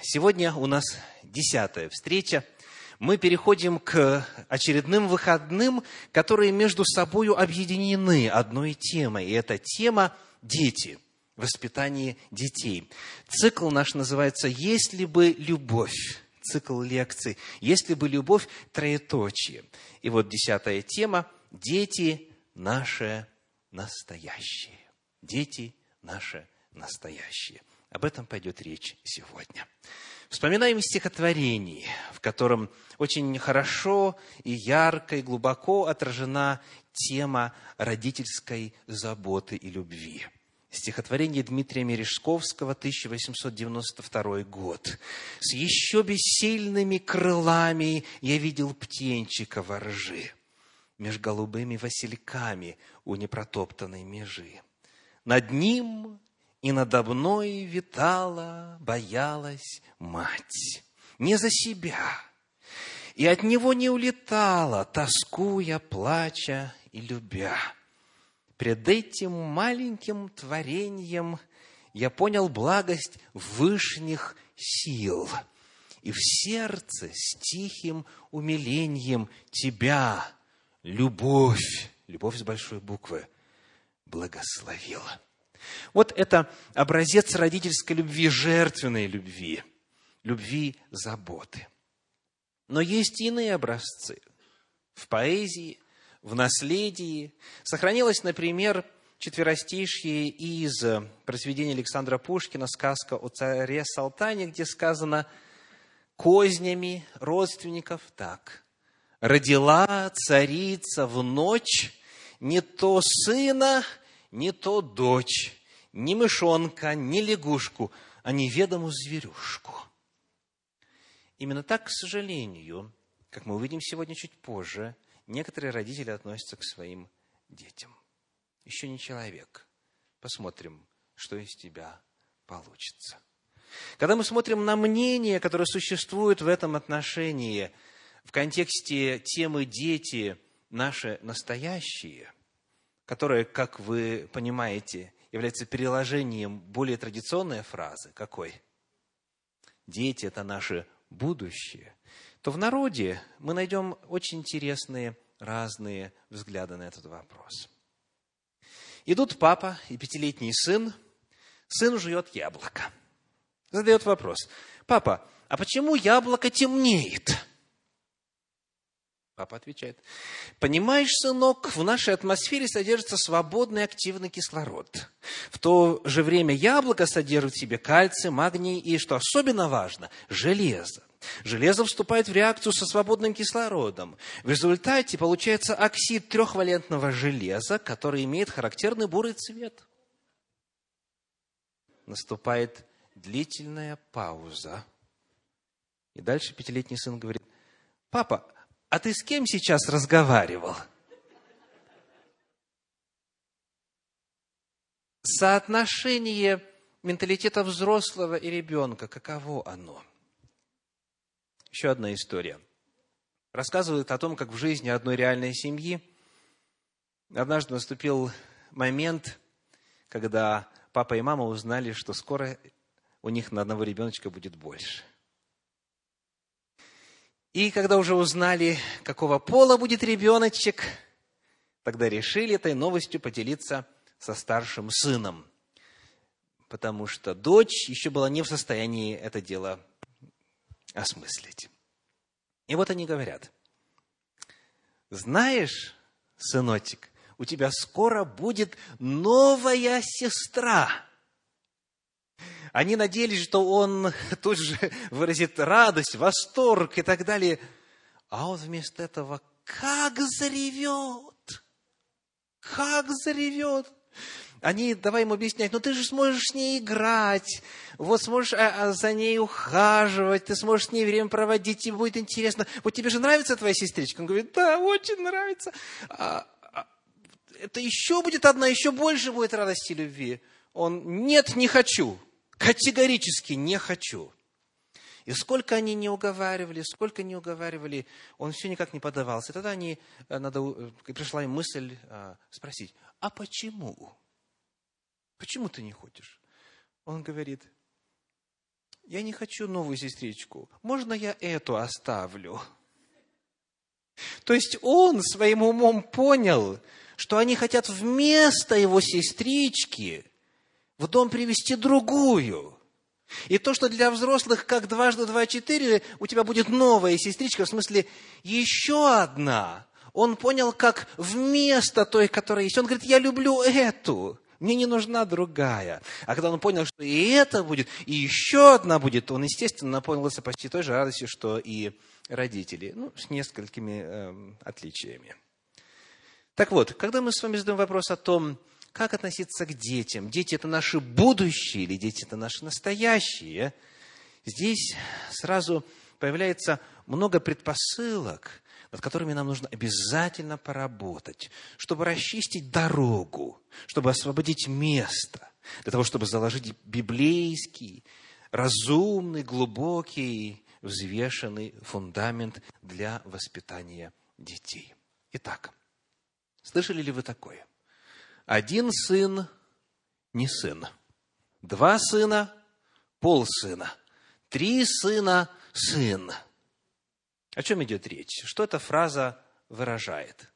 Сегодня у нас 10-я встреча. Мы переходим к очередным выходным, которые между собой объединены одной темой. И эта тема – дети, воспитание детей. Цикл наш называется «Если бы любовь». Цикл лекций «Если бы любовь, троеточие». И вот 10-я тема – «Дети наше настоящее». Дети наше настоящее. Об этом пойдет речь сегодня. Вспоминаем стихотворение, в котором очень хорошо и ярко, и глубоко отражена тема родительской заботы и любви. Стихотворение Дмитрия Мережковского, 1892 год. «С еще бессильными крылами я видел птенчика во ржи, меж голубыми васильками у непротоптанной межи. Над ним и надо мной витала, боялась мать, не за себя, и от него не улетала, тоскуя, плача и любя. Пред этим маленьким творением я понял благость вышних сил, и в сердце с тихим умилением тебя, любовь, любовь с большой буквы, благословила». Вот это образец родительской любви, жертвенной любви, любви заботы. Но есть иные образцы в поэзии, в наследии. Сохранилось, например, четверостишье из произведения Александра Пушкина «Сказка о царе Салтане», где сказано кознями родственников так: «Родила царица в ночь не то сына, не то дочь, ни мышонка, ни лягушку, а неведомую зверюшку». Именно так, к сожалению, как мы увидим сегодня чуть позже, некоторые родители относятся к своим детям. Еще не человек. Посмотрим, что из тебя получится. Когда мы смотрим на мнения, которые существуют в этом отношении, в контексте темы «Дети наши настоящие», которая, как вы понимаете, является переложением более традиционной фразы, какой? «Дети – это наше будущее», то в народе мы найдем очень интересные, разные взгляды на этот вопрос. Идут папа и 5-летний сын. Сын жует яблоко. Задает вопрос: «Папа, а почему яблоко темнеет?» Папа отвечает: «Понимаешь, сынок, в нашей атмосфере содержится свободный активный кислород. В то же время яблоко содержит в себе кальций, магний и, что особенно важно, железо. Железо вступает в реакцию со свободным кислородом. В результате получается оксид трехвалентного железа, который имеет характерный бурый цвет». Наступает длительная пауза. И дальше 5-летний сын говорит: «Папа, а ты с кем сейчас разговаривал?» Соотношение менталитета взрослого и ребенка, каково оно? Еще одна история. Рассказывают о том, как в жизни одной реальной семьи однажды наступил момент, когда папа и мама узнали, что скоро у них на одного ребеночка будет больше. И когда уже узнали, какого пола будет ребеночек, тогда решили этой новостью поделиться со старшим сыном, потому что дочь еще была не в состоянии это дело осмыслить. И вот они говорят: «Знаешь, сыночек, у тебя скоро будет новая сестра». Они надеялись, что он тут же выразит радость, восторг и так далее. А он вместо этого как заревет! Как заревет! Они давай ему объяснять: ты же сможешь с ней играть, вот сможешь за ней ухаживать, ты сможешь с ней время проводить, тебе будет интересно. Вот тебе же нравится твоя сестричка? Он говорит: да, очень нравится. Это еще будет одна, еще больше будет радости и любви. Он: нет, не хочу. Категорически не хочу. И сколько они не уговаривали, он все никак не поддавался. И тогда пришла им мысль спросить: а почему? Почему ты не хочешь? Он говорит: я не хочу новую сестричку, можно я эту оставлю? То есть он своим умом понял, что они хотят вместо его сестрички в дом привести другую. И то, что для взрослых как 2 × 2 = 4, у тебя будет новая сестричка, в смысле еще одна. Он понял, как вместо той, которая есть. Он говорит, я люблю эту, мне не нужна другая. А когда он понял, что и это будет, и еще одна будет, он, естественно, наполнился почти той же радостью, что и родители. С несколькими отличиями. Так вот, когда мы с вами задаем вопрос о том, как относиться к детям, дети – это наше будущее или дети – это наше настоящее, здесь сразу появляется много предпосылок, над которыми нам нужно обязательно поработать, чтобы расчистить дорогу, чтобы освободить место, для того, чтобы заложить библейский, разумный, глубокий, взвешенный фундамент для воспитания детей. Итак, слышали ли вы такое? 1 сын – не сын, 2 сына – полсына, 3 сына – сын. О чем идет речь? Что эта фраза выражает?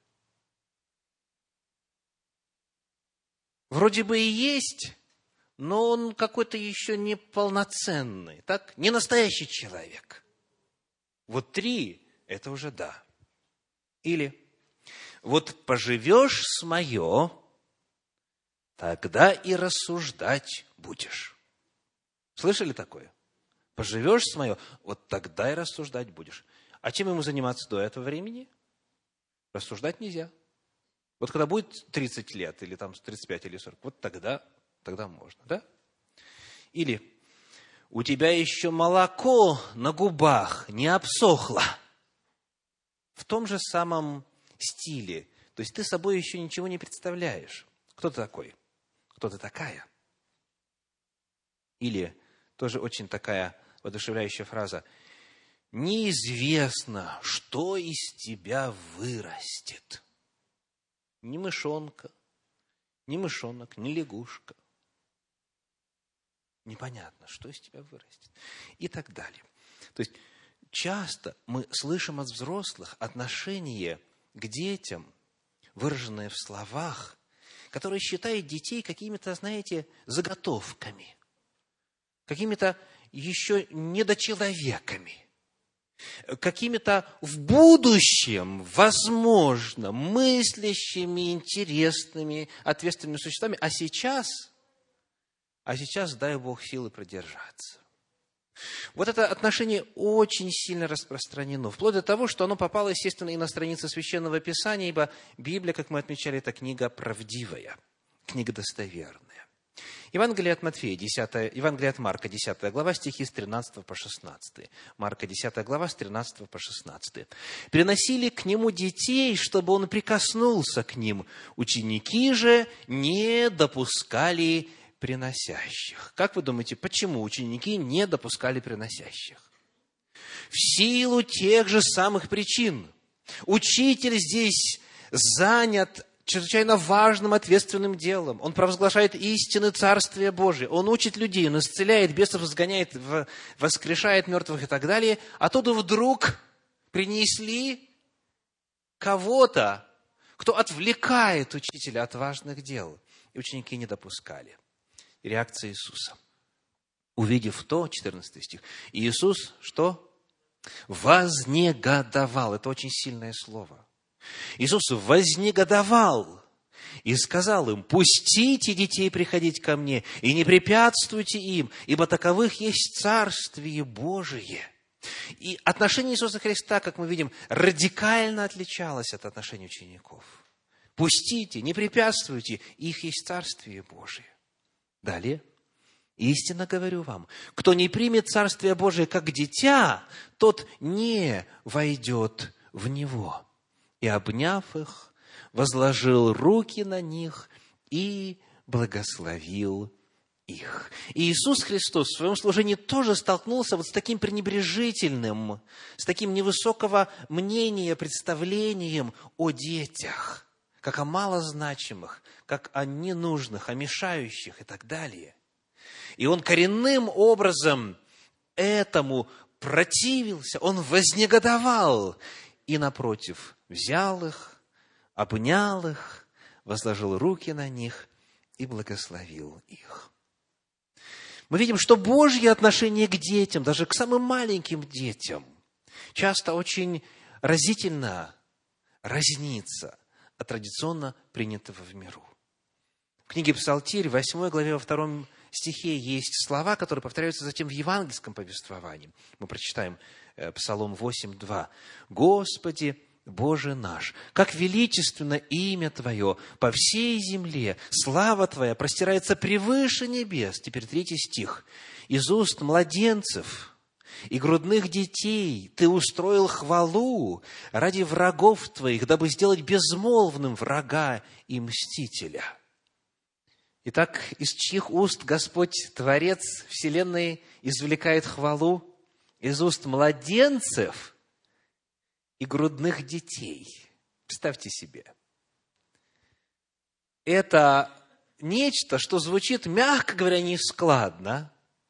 Вроде бы и есть, но он какой-то еще не полноценный, так? Не настоящий человек. Вот 3 – это уже да. Или вот поживешь с мое, тогда и рассуждать будешь. Слышали такое? Поживешь с мое, вот тогда и рассуждать будешь. А чем ему заниматься до этого времени? Рассуждать нельзя. Вот когда будет 30 лет, или там 35, или 40, вот тогда можно, да? Или у тебя еще молоко на губах не обсохло. В том же самом стиле. То есть ты собой еще ничего не представляешь. Кто ты такой? Кто ты такая? Или тоже очень такая воодушевляющая фраза. Неизвестно, что из тебя вырастет. Ни мышонка, ни мышонок, ни лягушка. Непонятно, что из тебя вырастет. И так далее. То есть часто мы слышим от взрослых отношение к детям, выраженное в словах, которые считают детей какими-то, знаете, заготовками, какими-то еще недочеловеками, какими-то в будущем, возможно, мыслящими, интересными, ответственными существами, а сейчас, дай Бог силы продержаться. Вот это отношение очень сильно распространено, вплоть до того, что оно попало, естественно, и на страницы Священного Писания, ибо Библия, как мы отмечали, это книга правдивая, книга достоверная. Евангелие от Марка, 10 глава, стихи с 13 по 16. Марка, 10 глава, с 13 по 16. «Приносили к нему детей, чтобы он прикоснулся к ним. Ученики же не допускали приносящих». Как вы думаете, почему ученики не допускали приносящих? В силу тех же самых причин. Учитель здесь занят чрезвычайно важным, ответственным делом. Он провозглашает истины Царствия Божия. Он учит людей, он исцеляет, бесов изгоняет, воскрешает мертвых и так далее. А тут вдруг принесли кого-то, кто отвлекает учителя от важных дел. И ученики не допускали. И реакция Иисуса. Увидев то, 14 стих, Иисус что? Вознегодовал. Это очень сильное слово. Иисус вознегодовал и сказал им: «Пустите детей приходить ко мне, и не препятствуйте им, ибо таковых есть Царствие Божие». И отношение Иисуса Христа, как мы видим, радикально отличалось от отношений учеников. Пустите, не препятствуйте, их есть Царствие Божие. Далее. «Истинно говорю вам, кто не примет Царствие Божие как дитя, тот не войдет в него». И, обняв их, возложил руки на них и благословил их. И Иисус Христос в своем служении тоже столкнулся вот с таким пренебрежительным, с таким невысокого мнения, представлением о детях, как о малозначимых, как о ненужных, о мешающих и так далее. И Он коренным образом этому противился, он вознегодовал. И, напротив, взял их, обнял их, возложил руки на них и благословил их. Мы видим, что Божье отношение к детям, даже к самым маленьким детям, часто очень разительно разнится от традиционно принятого в миру. В книге Псалтирь, 8 главе, во 2 стихе есть слова, которые повторяются затем в евангельском повествовании. Мы прочитаем Псалом 8:2. «Господи, Боже наш, как величественно имя Твое по всей земле, слава Твоя простирается превыше небес». Теперь 3 стих. «Из уст младенцев и грудных детей Ты устроил хвалу ради врагов Твоих, дабы сделать безмолвным врага и мстителя». Итак, из чьих уст Господь, Творец вселенной, извлекает хвалу? Из уст младенцев и грудных детей. Представьте себе. Это нечто, что звучит, мягко говоря, нескладно,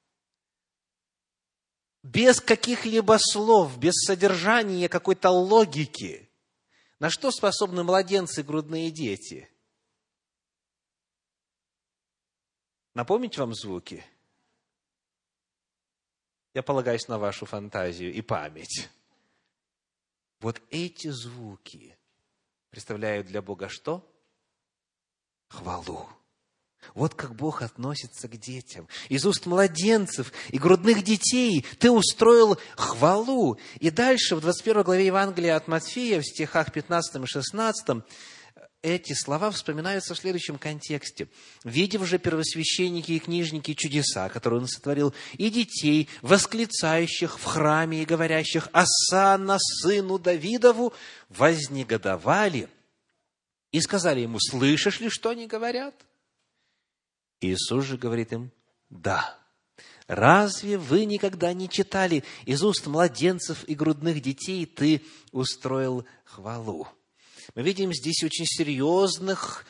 без каких-либо слов, без содержания какой-то логики. На что способны младенцы и грудные дети? Напомнить вам звуки? Я полагаюсь на вашу фантазию и память. Вот эти звуки представляют для Бога что? Хвалу. Вот как Бог относится к детям. Из уст младенцев и грудных детей Ты устроил хвалу. И дальше, в 21 главе Евангелия от Матфея, в стихах 15 и 16, эти слова вспоминаются в следующем контексте. «Видев же первосвященники и книжники чудеса, которые Он сотворил, и детей, восклицающих в храме и говорящих: „Осанна сыну Давидову“, вознегодовали и сказали Ему: „Слышишь ли, что они говорят?“ Иисус же говорит им: „Да. Разве вы никогда не читали: из уст младенцев и грудных детей Ты устроил хвалу“?» Мы видим здесь очень серьезных,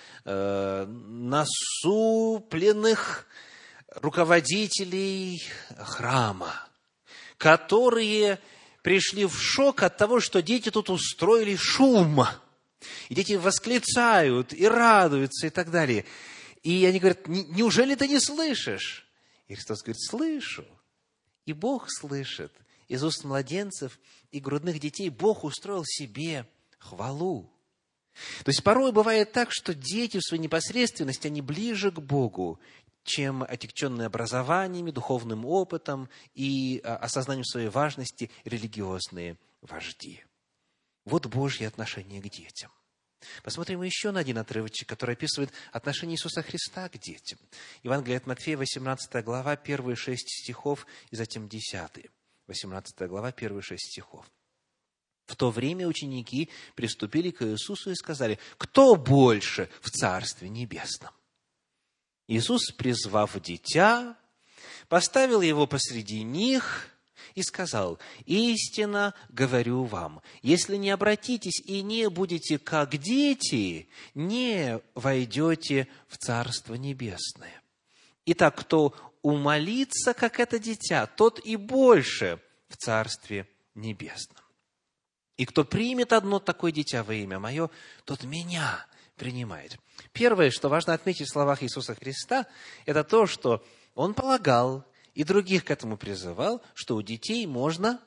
насупленных руководителей храма, которые пришли в шок от того, что дети тут устроили шум. И дети восклицают, и радуются, и так далее. И они говорят: «Неужели ты не слышишь?» И Христос говорит: «Слышу». И Бог слышит. Из уст младенцев и грудных детей Бог устроил себе хвалу. То есть порой бывает так, что дети в своей непосредственности, они ближе к Богу, чем отягченные образованиями, духовным опытом и осознанием своей важности религиозные вожди. Вот Божье отношение к детям. Посмотрим еще на один отрывочек, который описывает отношение Иисуса Христа к детям. Евангелие от Матфея, 18 глава, первые 6 стихов и затем 10. 18 глава, первые 6 стихов. «В то время ученики приступили к Иисусу и сказали: „Кто больше в Царстве Небесном?“ Иисус, призвав дитя, поставил его посреди них и сказал: „Истинно говорю вам, если не обратитесь и не будете как дети, не войдете в Царство Небесное. Итак, кто умолится, как это дитя, тот и больше в Царстве Небесном. И кто примет одно такое дитя во имя Мое, тот Меня принимает“». Первое, что важно отметить в словах Иисуса Христа, это то, что Он полагал и других к этому призывал, что у детей можно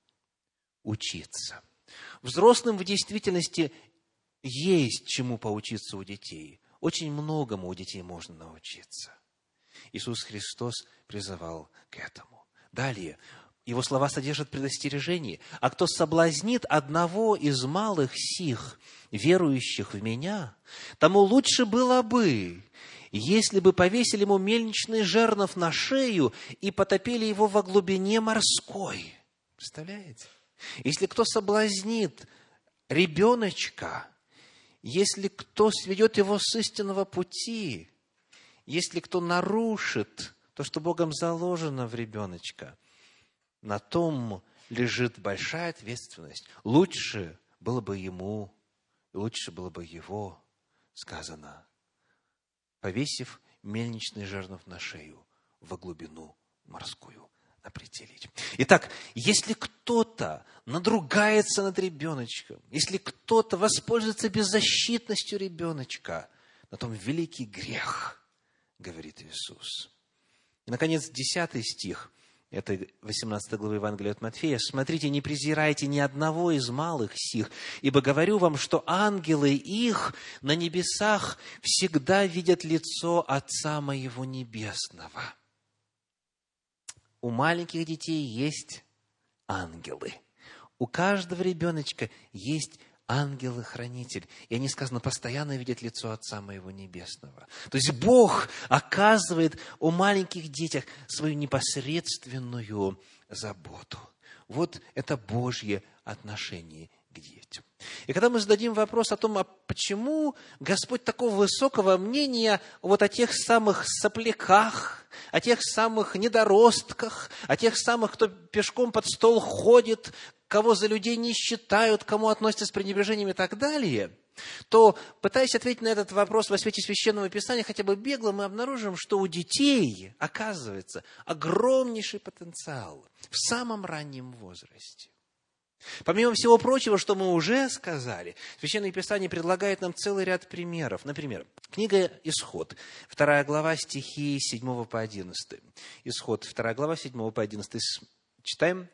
учиться. Взрослым в действительности есть чему поучиться у детей. Очень многому у детей можно научиться. Иисус Христос призывал к этому. Далее. Его слова содержат предостережение. «А кто соблазнит одного из малых сих, верующих в Меня, тому лучше было бы, если бы повесили ему мельничный жернов на шею и потопили его во глубине морской». Представляете? Если кто соблазнит ребеночка, если кто сведет его с истинного пути, если кто нарушит то, что Богом заложено в ребеночка, на том лежит большая ответственность. Лучше было бы ему, лучше было бы его, сказано, повесив мельничный жернов на шею во глубину морскую. определить. Итак, если кто-то надругается над ребеночком, если кто-то воспользуется беззащитностью ребеночка, на том великий грех, говорит Иисус. И, наконец, 10 стих этой 18 главы Евангелия от Матфея. «Смотрите, не презирайте ни одного из малых сих, ибо говорю вам, что ангелы их на небесах всегда видят лицо Отца Моего Небесного». У маленьких детей есть ангелы. У каждого ребеночка есть ангел-хранитель. И они, сказано, постоянно видят лицо Отца Моего Небесного. То есть Бог оказывает о маленьких детях свою непосредственную заботу. Вот это Божье отношение к детям. И когда мы зададим вопрос о том, а почему Господь такого высокого мнения вот о тех самых сопляках, о тех самых недоростках, о тех самых, кто пешком под стол ходит, кого за людей не считают, кому относятся с пренебрежением и так далее, то, пытаясь ответить на этот вопрос во свете Священного Писания, хотя бы бегло, мы обнаружим, что у детей, оказывается, огромнейший потенциал в самом раннем возрасте. Помимо всего прочего, что мы уже сказали, Священное Писание предлагает нам целый ряд примеров. Например, книга «Исход», 2 глава, стихи 7 по 11. Исход, 2 глава, 7 по 11. Читаем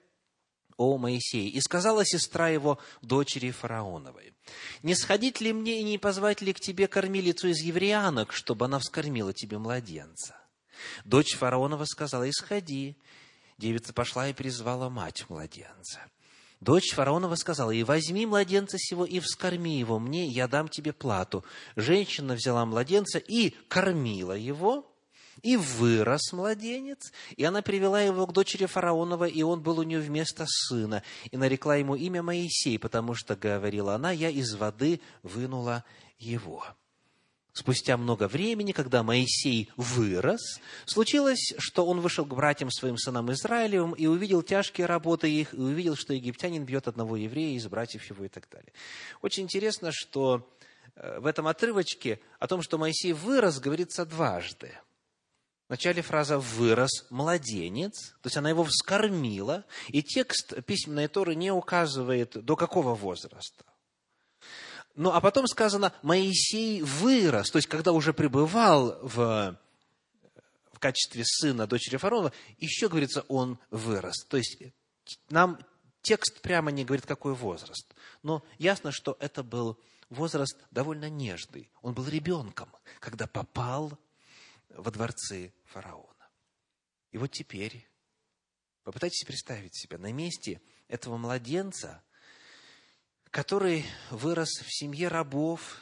о Моисее. «И сказала сестра его, дочери фараоновой: не сходить ли мне и не позвать ли к тебе кормилицу из евреянок, чтобы она вскормила тебе младенца? Дочь фараонова сказала: исходи. Девица пошла и призвала мать младенца. Дочь фараонова сказала: и возьми младенца сего и вскорми его мне, я дам тебе плату. Женщина взяла младенца и кормила его, и вырос младенец, и она привела его к дочери фараонова, и он был у нее вместо сына, и нарекла ему имя Моисей, потому что, говорила она, я из воды вынула его». Спустя много времени, когда Моисей вырос, случилось, что он вышел к братьям своим сынам Израилевым и увидел тяжкие работы их, и увидел, что египтянин бьет одного еврея из братьев его и так далее. Очень интересно, что в этом отрывочке о том, что Моисей вырос, говорится дважды. Вначале фраза «вырос младенец», то есть она его вскормила, и текст письменной Торы не указывает, до какого возраста. Ну, а потом сказано, Моисей вырос, то есть, когда уже пребывал в качестве сына дочери фараона, еще, говорится, он вырос. То есть, нам текст прямо не говорит, какой возраст. Но ясно, что это был возраст довольно нежный. Он был ребенком, когда попал во дворцы фараона. И вот теперь попытайтесь представить себя на месте этого младенца, который вырос в семье рабов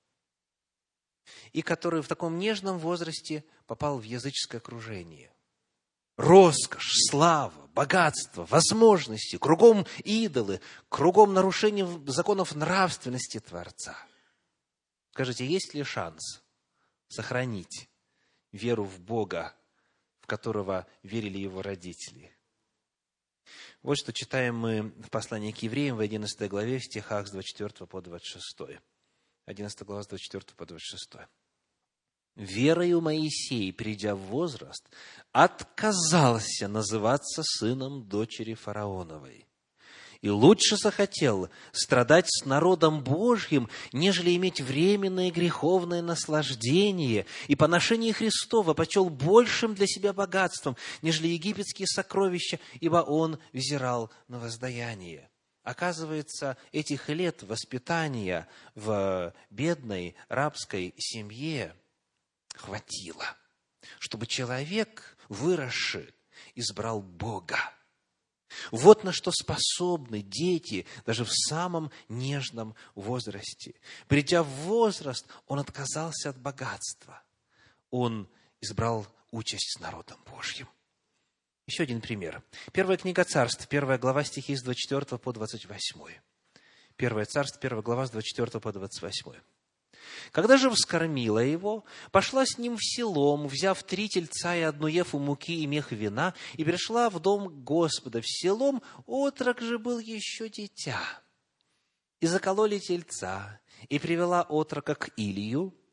и который в таком нежном возрасте попал в языческое окружение. Роскошь, слава, богатство, возможности, кругом идолы, кругом нарушение законов нравственности Творца. Скажите, есть ли шанс сохранить веру в Бога, в которого верили его родители? Вот что читаем мы в послании к евреям в 11 главе, в стихах с 24 по 26. 11 глава с 24 по 26. «Верою Моисей, придя в возраст, отказался называться сыном дочери фараоновой. И лучше захотел страдать с народом Божьим, нежели иметь временное греховное наслаждение, и поношение Христова почел большим для себя богатством, нежели египетские сокровища, ибо он взирал на воздаяние». Оказывается, этих лет воспитания в бедной рабской семье хватило, чтобы человек, выросший, избрал Бога. Вот на что способны дети даже в самом нежном возрасте. Придя в возраст, он отказался от богатства. Он избрал участь с народом Божьим. Еще один пример. Первая книга Царств, 1 глава, стихи с 24 по 28. 1 Царств, 1 глава, с 24 по 28. «Когда же вскормила его, пошла с ним в селом, взяв 3 тельца и 1 ефу муки и мех вина, и пришла в дом Господа в селом, отрок же был еще дитя. И закололи тельца, и привела отрока к Илию,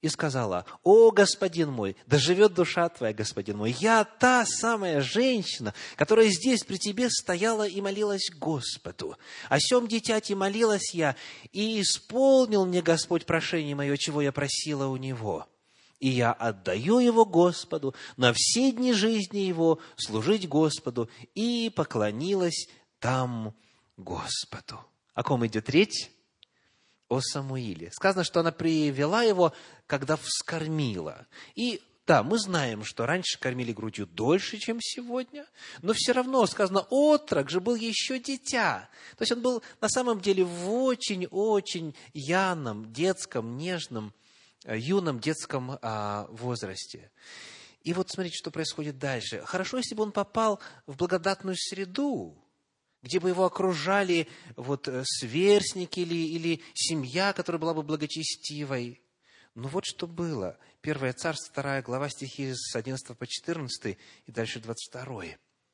и сказала: «О, господин мой, да живет душа твоя, господин мой, я та самая женщина, которая здесь при тебе стояла и молилась Господу. О сем дитяти молилась я, и исполнил мне Господь прошение мое, чего я просила у Него. И я отдаю его Господу на все дни жизни его служить Господу, и поклонилась там Господу». О ком идет речь? О Самуиле. Сказано, что она привела его, когда вскормила. И да, мы знаем, что раньше кормили грудью дольше, чем сегодня, но все равно сказано, отрок же был еще дитя. То есть он был на самом деле в очень-очень яном, детском, нежном, юном детском возрасте. И вот смотрите, что происходит дальше. Хорошо, если бы он попал в благодатную среду, где бы его окружали сверстники или семья, которая была бы благочестивой. Но вот что было. 1 Царств, 2 глава, стихи с 11 по 14 и дальше 22.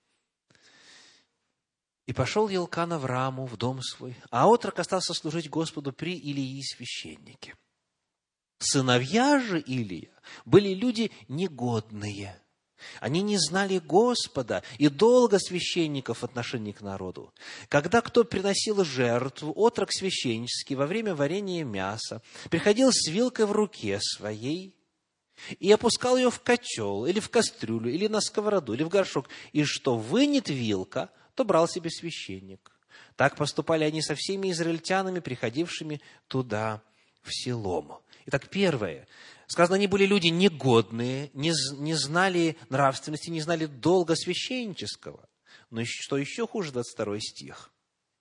«И пошел Елкана в Раму, в дом свой, а отрок остался служить Господу при Илии священнике. Сыновья же Илия были люди негодные. Они не знали Господа и долга священников в отношении к народу. Когда кто приносил жертву, отрок священнический, во время варения мяса, приходил с вилкой в руке своей и опускал ее в котел, или в кастрюлю, или на сковороду, или в горшок, и что вынет вилка, то брал себе священник. Так поступали они со всеми израильтянами, приходившими туда в Силом». Итак, первое. Сказано, они были люди негодные, не знали нравственности, не знали долга священнического. Но что еще хуже, 22 стих.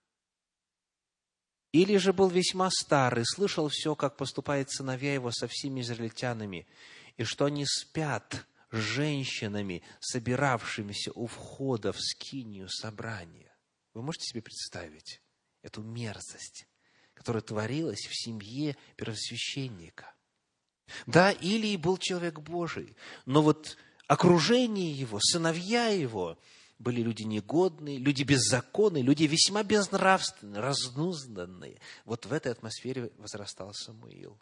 «Или же был весьма старый, слышал все, как поступает сыновья его со всеми израильтянами, и что они спят с женщинами, собиравшимися у входа в скинию собрания». Вы можете себе представить эту мерзость, которая творилась в семье первосвященника? Да, Илий был человек Божий, но вот окружение его, сыновья его были люди негодные, люди беззаконные, люди весьма безнравственные, разнузданные. Вот в этой атмосфере возрастал Самуил.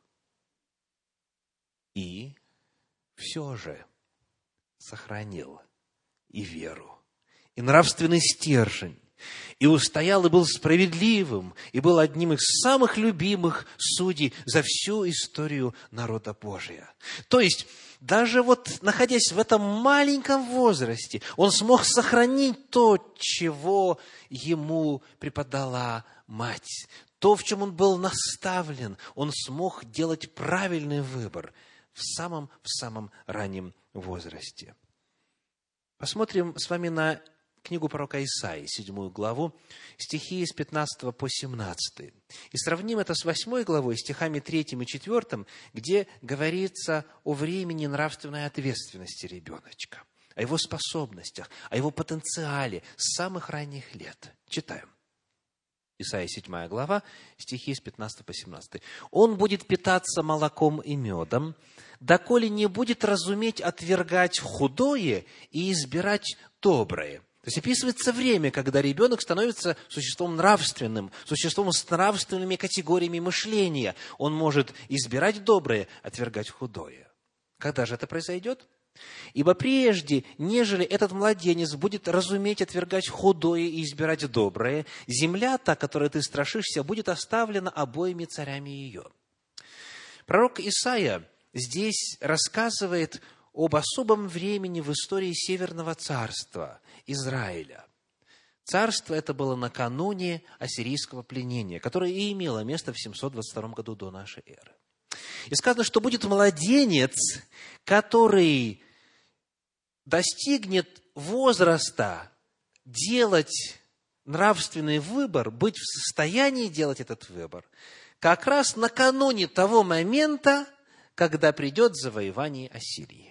И все же сохранил и веру, и нравственный стержень, и устоял, и был справедливым, и был одним из самых любимых судей за всю историю народа Божия. То есть, даже находясь в этом маленьком возрасте, он смог сохранить то, чего ему преподала мать. То, в чем он был наставлен, он смог делать правильный выбор в самом раннем возрасте. Посмотрим с вами на книгу пророка Исаии, 7 главу, стихи с 15 по 17. И сравним это с 8 главой, стихами 3 и 4, где говорится о времени нравственной ответственности ребеночка, о его способностях, о его потенциале с самых ранних лет. Читаем. Исаия 7 глава, стихи с 15 по 17. «Он будет питаться молоком и медом, доколе не будет разуметь отвергать худое и избирать доброе». То есть описывается время, когда ребенок становится существом нравственным, существом с нравственными категориями мышления. Он может избирать доброе, отвергать худое. Когда же это произойдет? «Ибо прежде, нежели этот младенец будет разуметь отвергать худое и избирать доброе, земля та, которой ты страшишься, будет оставлена обоими царями ее». Пророк Исаия здесь рассказывает об особом времени в истории Северного царства Израиля. Царство это было накануне ассирийского пленения, которое и имело место в 722 году до нашей эры. И сказано, что будет младенец, который достигнет возраста делать нравственный выбор, быть в состоянии делать этот выбор, как раз накануне того момента, когда придет завоевание Ассирии.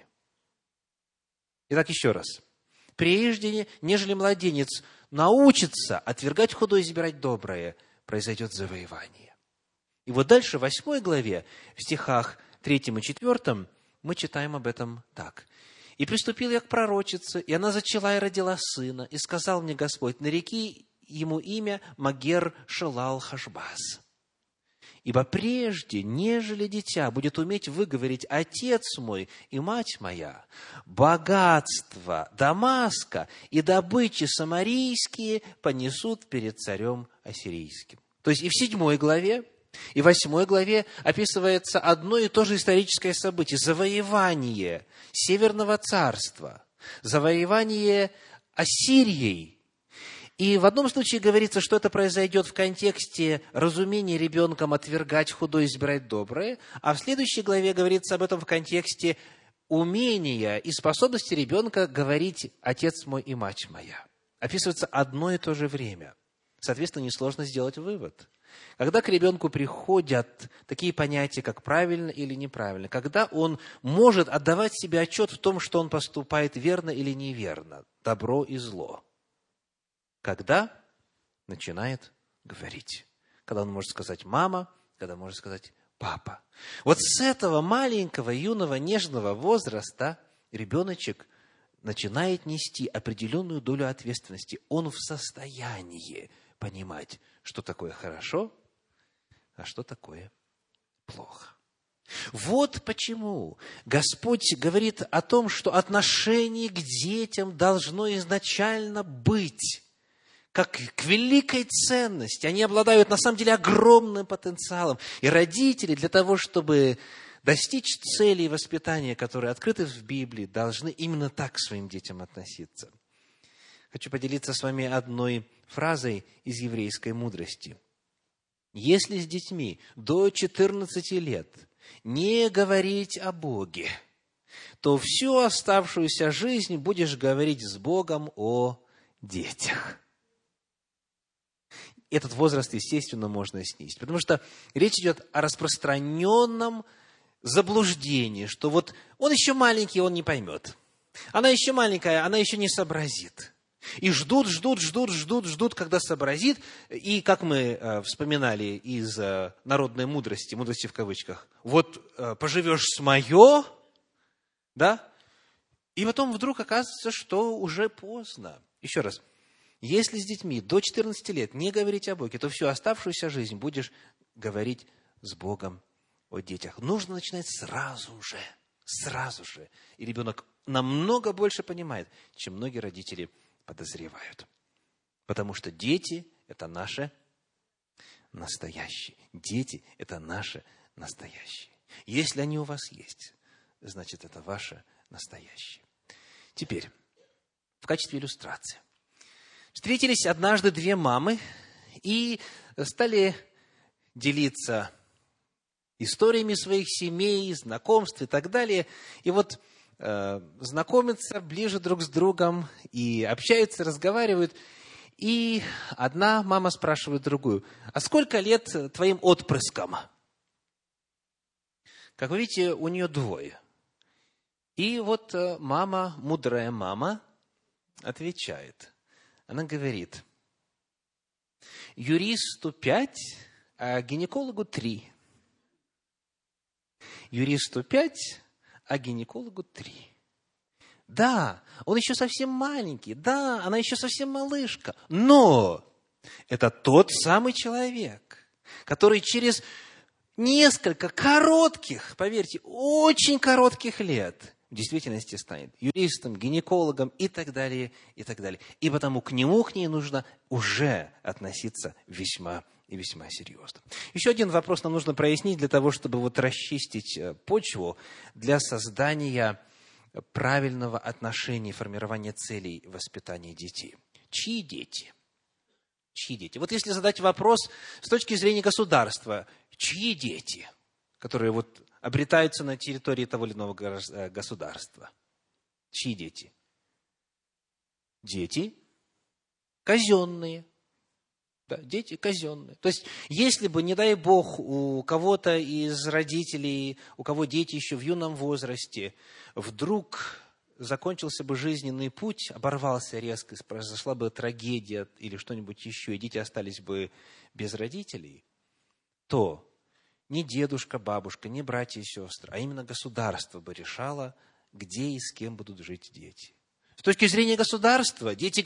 Итак, еще раз. Прежде, нежели младенец научится отвергать худое и избирать доброе, произойдет завоевание. И вот дальше, в 8 главе, в стихах 3 и 4, мы читаем об этом так. «И приступил я к пророчице, и она зачала и родила сына, и сказал мне Господь, нареки ему имя Магер-Шалал-Хашбаз. Ибо прежде, нежели дитя будет уметь выговорить «Отец мой» и «Мать моя», богатство Дамаска и добычи самарийские понесут перед царем ассирийским. То есть и в 7 главе, и в 8 главе описывается одно и то же историческое событие – завоевание Северного царства, завоевание Ассирией. И в одном случае говорится, что это произойдет в контексте разумения ребенком отвергать худое и избирать доброе, а в следующей главе говорится об этом в контексте умения и способности ребенка говорить «Отец мой и мать моя». Описывается одно и то же время. Соответственно, несложно сделать вывод. Когда к ребенку приходят такие понятия, как правильно или неправильно, когда он может отдавать себе отчет в том, что он поступает верно или неверно, добро и зло, когда начинает говорить. Когда он может сказать «мама», когда может сказать «папа». Вот с этого маленького, юного, нежного возраста ребеночек начинает нести определенную долю ответственности. Он в состоянии понимать, что такое хорошо, а что такое плохо. Вот почему Господь говорит о том, что отношение к детям должно изначально быть как к великой ценности. Они обладают, на самом деле, огромным потенциалом. И родители для того, чтобы достичь целей воспитания, которые открыты в Библии, должны именно так к своим детям относиться. Хочу поделиться с вами одной фразой из еврейской мудрости. Если с детьми до 14 лет не говорить о Боге, то всю оставшуюся жизнь будешь говорить с Богом о детях. Этот возраст, естественно, можно снизить, потому что речь идет о распространенном заблуждении, что вот он еще маленький, он не поймет. Она еще маленькая, она еще не сообразит. И ждут, когда сообразит. И, как мы вспоминали из народной мудрости, мудрости в кавычках, вот поживешь с мое, да, и потом вдруг оказывается, что уже поздно. Еще раз. Если с детьми до 14 лет не говорить о Боге, то всю оставшуюся жизнь будешь говорить с Богом о детях. Нужно начинать сразу же. И ребенок намного больше понимает, чем многие родители подозревают. Потому что дети – это наше настоящее. Дети – это наше настоящее. Если они у вас есть, значит, это ваше настоящее. Теперь, в качестве иллюстрации. Встретились однажды 2 мамы и стали делиться историями своих семей, знакомств и так далее. И вот знакомятся ближе друг с другом и общаются, разговаривают. И одна мама спрашивает другую: а сколько лет твоим отпрыскам? Как вы видите, у нее 2. И вот мама, мудрая мама, отвечает. Она говорит: юристу 5, а гинекологу 3. Юристу 5, а гинекологу 3. Да, он еще совсем маленький, да, она еще совсем малышка, но это тот самый человек, который через несколько коротких, поверьте, очень коротких лет в действительности станет юристом, гинекологом и так далее, и так далее. И потому к ней нужно уже относиться весьма и весьма серьезно. Еще один вопрос нам нужно прояснить для того, чтобы вот расчистить почву для создания правильного отношения, формирования целей воспитания детей. Чьи дети? Чьи дети? Вот если задать вопрос с точки зрения государства, чьи дети, которые вот обретаются на территории того или иного государства? Чьи дети? Дети казенные. Да, дети казенные. То есть, если бы, не дай Бог, у кого-то из родителей, у кого дети еще в юном возрасте, вдруг закончился бы жизненный путь, оборвался резко, произошла бы трагедия или что-нибудь еще, и дети остались бы без родителей, то ни дедушка, бабушка, ни братья и сестры, а именно государство бы решало, где и с кем будут жить дети. С точки зрения государства, дети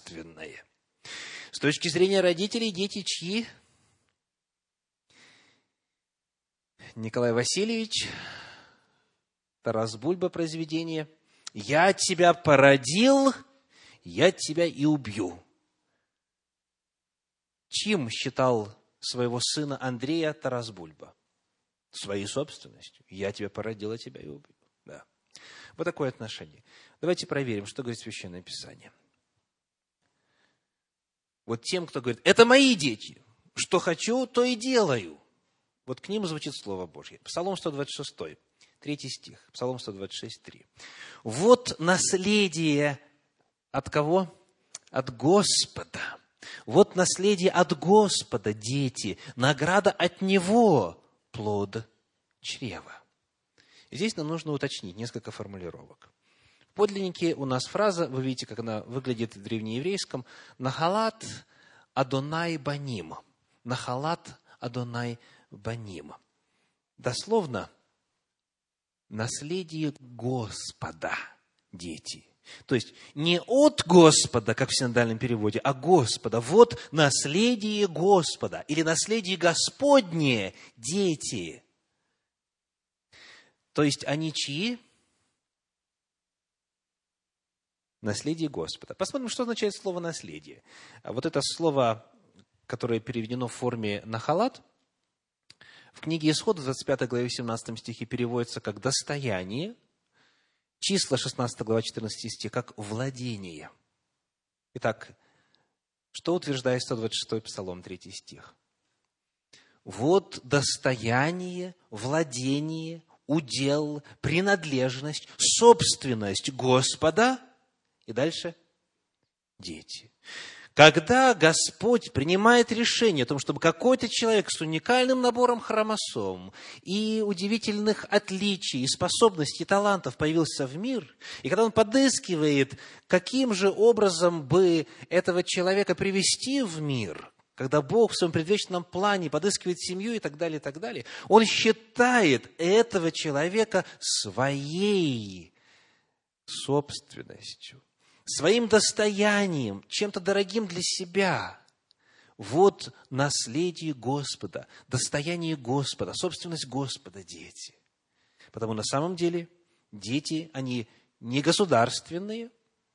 государственные. С точки зрения родителей, дети чьи? Николай Васильевич, Тарас Бульба, произведение. «Я тебя породил, я тебя и убью». Чьим считал своего сына Андрея Тарас Бульба? Своей собственностью. «Я тебя породил, я тебя и убью». Да. Вот такое отношение. Давайте проверим, что говорит Священное Писание. Вот тем, кто говорит: это мои дети, что хочу, то и делаю. Вот к ним звучит Слово Божье. Псалом 126, 3 стих. Псалом 126, 3. «Вот наследие от кого? От Господа. Вот наследие от Господа, дети, награда от Него, плод чрева». Здесь нам нужно уточнить несколько формулировок. В подлиннике у нас фраза, вы видите, как она выглядит в древнееврейском: «Нахалат Адонай Баним». «Нахалат Адонай Баним». Дословно, наследие Господа, дети. То есть, не от Господа, как в синодальном переводе, а Господа. Вот наследие Господа, или наследие Господне, дети. То есть, они чьи? Наследие Господа. Посмотрим, что означает слово «наследие». Вот это слово, которое переведено в форме «нахалат», в книге Исход, в 25 главе, 17 стихе переводится как «достояние», Числа, 16 глава, 14 стих, как «владение». Итак, что утверждает 126 Псалом, 3 стих? «Вот достояние, владение, удел, принадлежность, собственность Господа». И дальше дети. Когда Господь принимает решение о том, чтобы какой-то человек с уникальным набором хромосом и удивительных отличий, и способностей, и талантов появился в мир, и когда Он подыскивает, каким же образом бы этого человека привести в мир, когда Бог в своем предвечном плане подыскивает семью и так далее, Он считает этого человека своей собственностью, своим достоянием, чем-то дорогим для себя. Вот наследие Господа, достояние Господа, собственность Господа, дети. Потому на самом деле дети, они не государственные,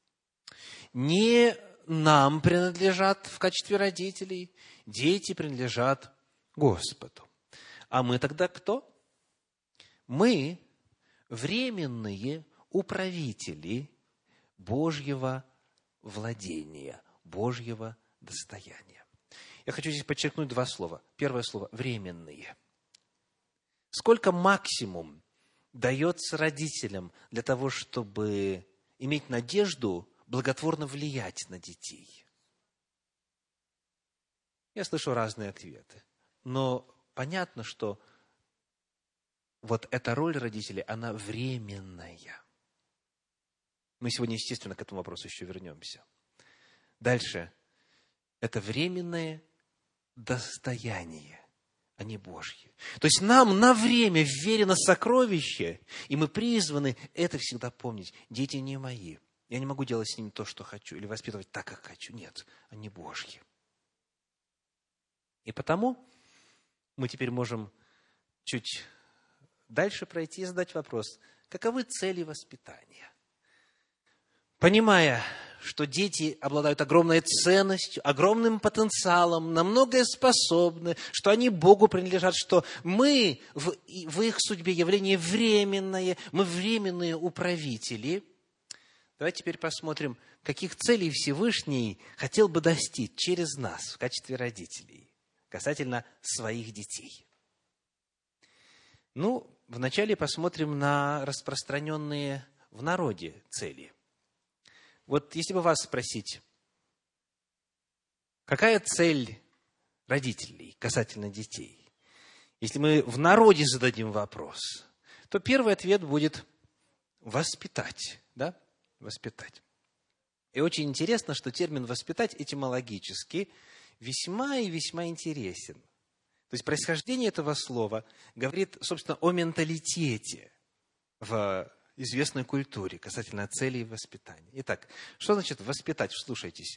не нам принадлежат в качестве родителей, дети принадлежат Господу. А мы тогда кто? Мы временные управители Божьего владения, Божьего достояния. Я хочу здесь подчеркнуть два слова. Первое слово – временные. Сколько максимум дается родителям для того, чтобы иметь надежду благотворно влиять на детей? Я слышу разные ответы. Но понятно, что вот эта роль родителей, она временная. Мы сегодня, естественно, к этому вопросу еще вернемся. Дальше. Это временное достояние, а не Божье. То есть нам на время вверено сокровище, и мы призваны это всегда помнить. Дети не мои. Я не могу делать с ними то, что хочу, или воспитывать так, как хочу. Нет, они Божьи. И потому мы теперь можем чуть дальше пройти и задать вопрос: каковы цели воспитания? Понимая, что дети обладают огромной ценностью, огромным потенциалом, на многое способны, что они Богу принадлежат, что мы в их судьбе явление временное, мы временные управители. Давайте теперь посмотрим, каких целей Всевышний хотел бы достичь через нас в качестве родителей касательно своих детей. Вначале посмотрим на распространенные в народе цели. Вот если бы вас спросить, какая цель родителей касательно детей? Если мы в народе зададим вопрос, то первый ответ будет воспитать, да? Воспитать. И очень интересно, что термин «воспитать» этимологически весьма и весьма интересен. То есть происхождение этого слова говорит, собственно, о менталитете в известной культуре касательно целей воспитания. Итак, что значит воспитать? Вслушайтесь.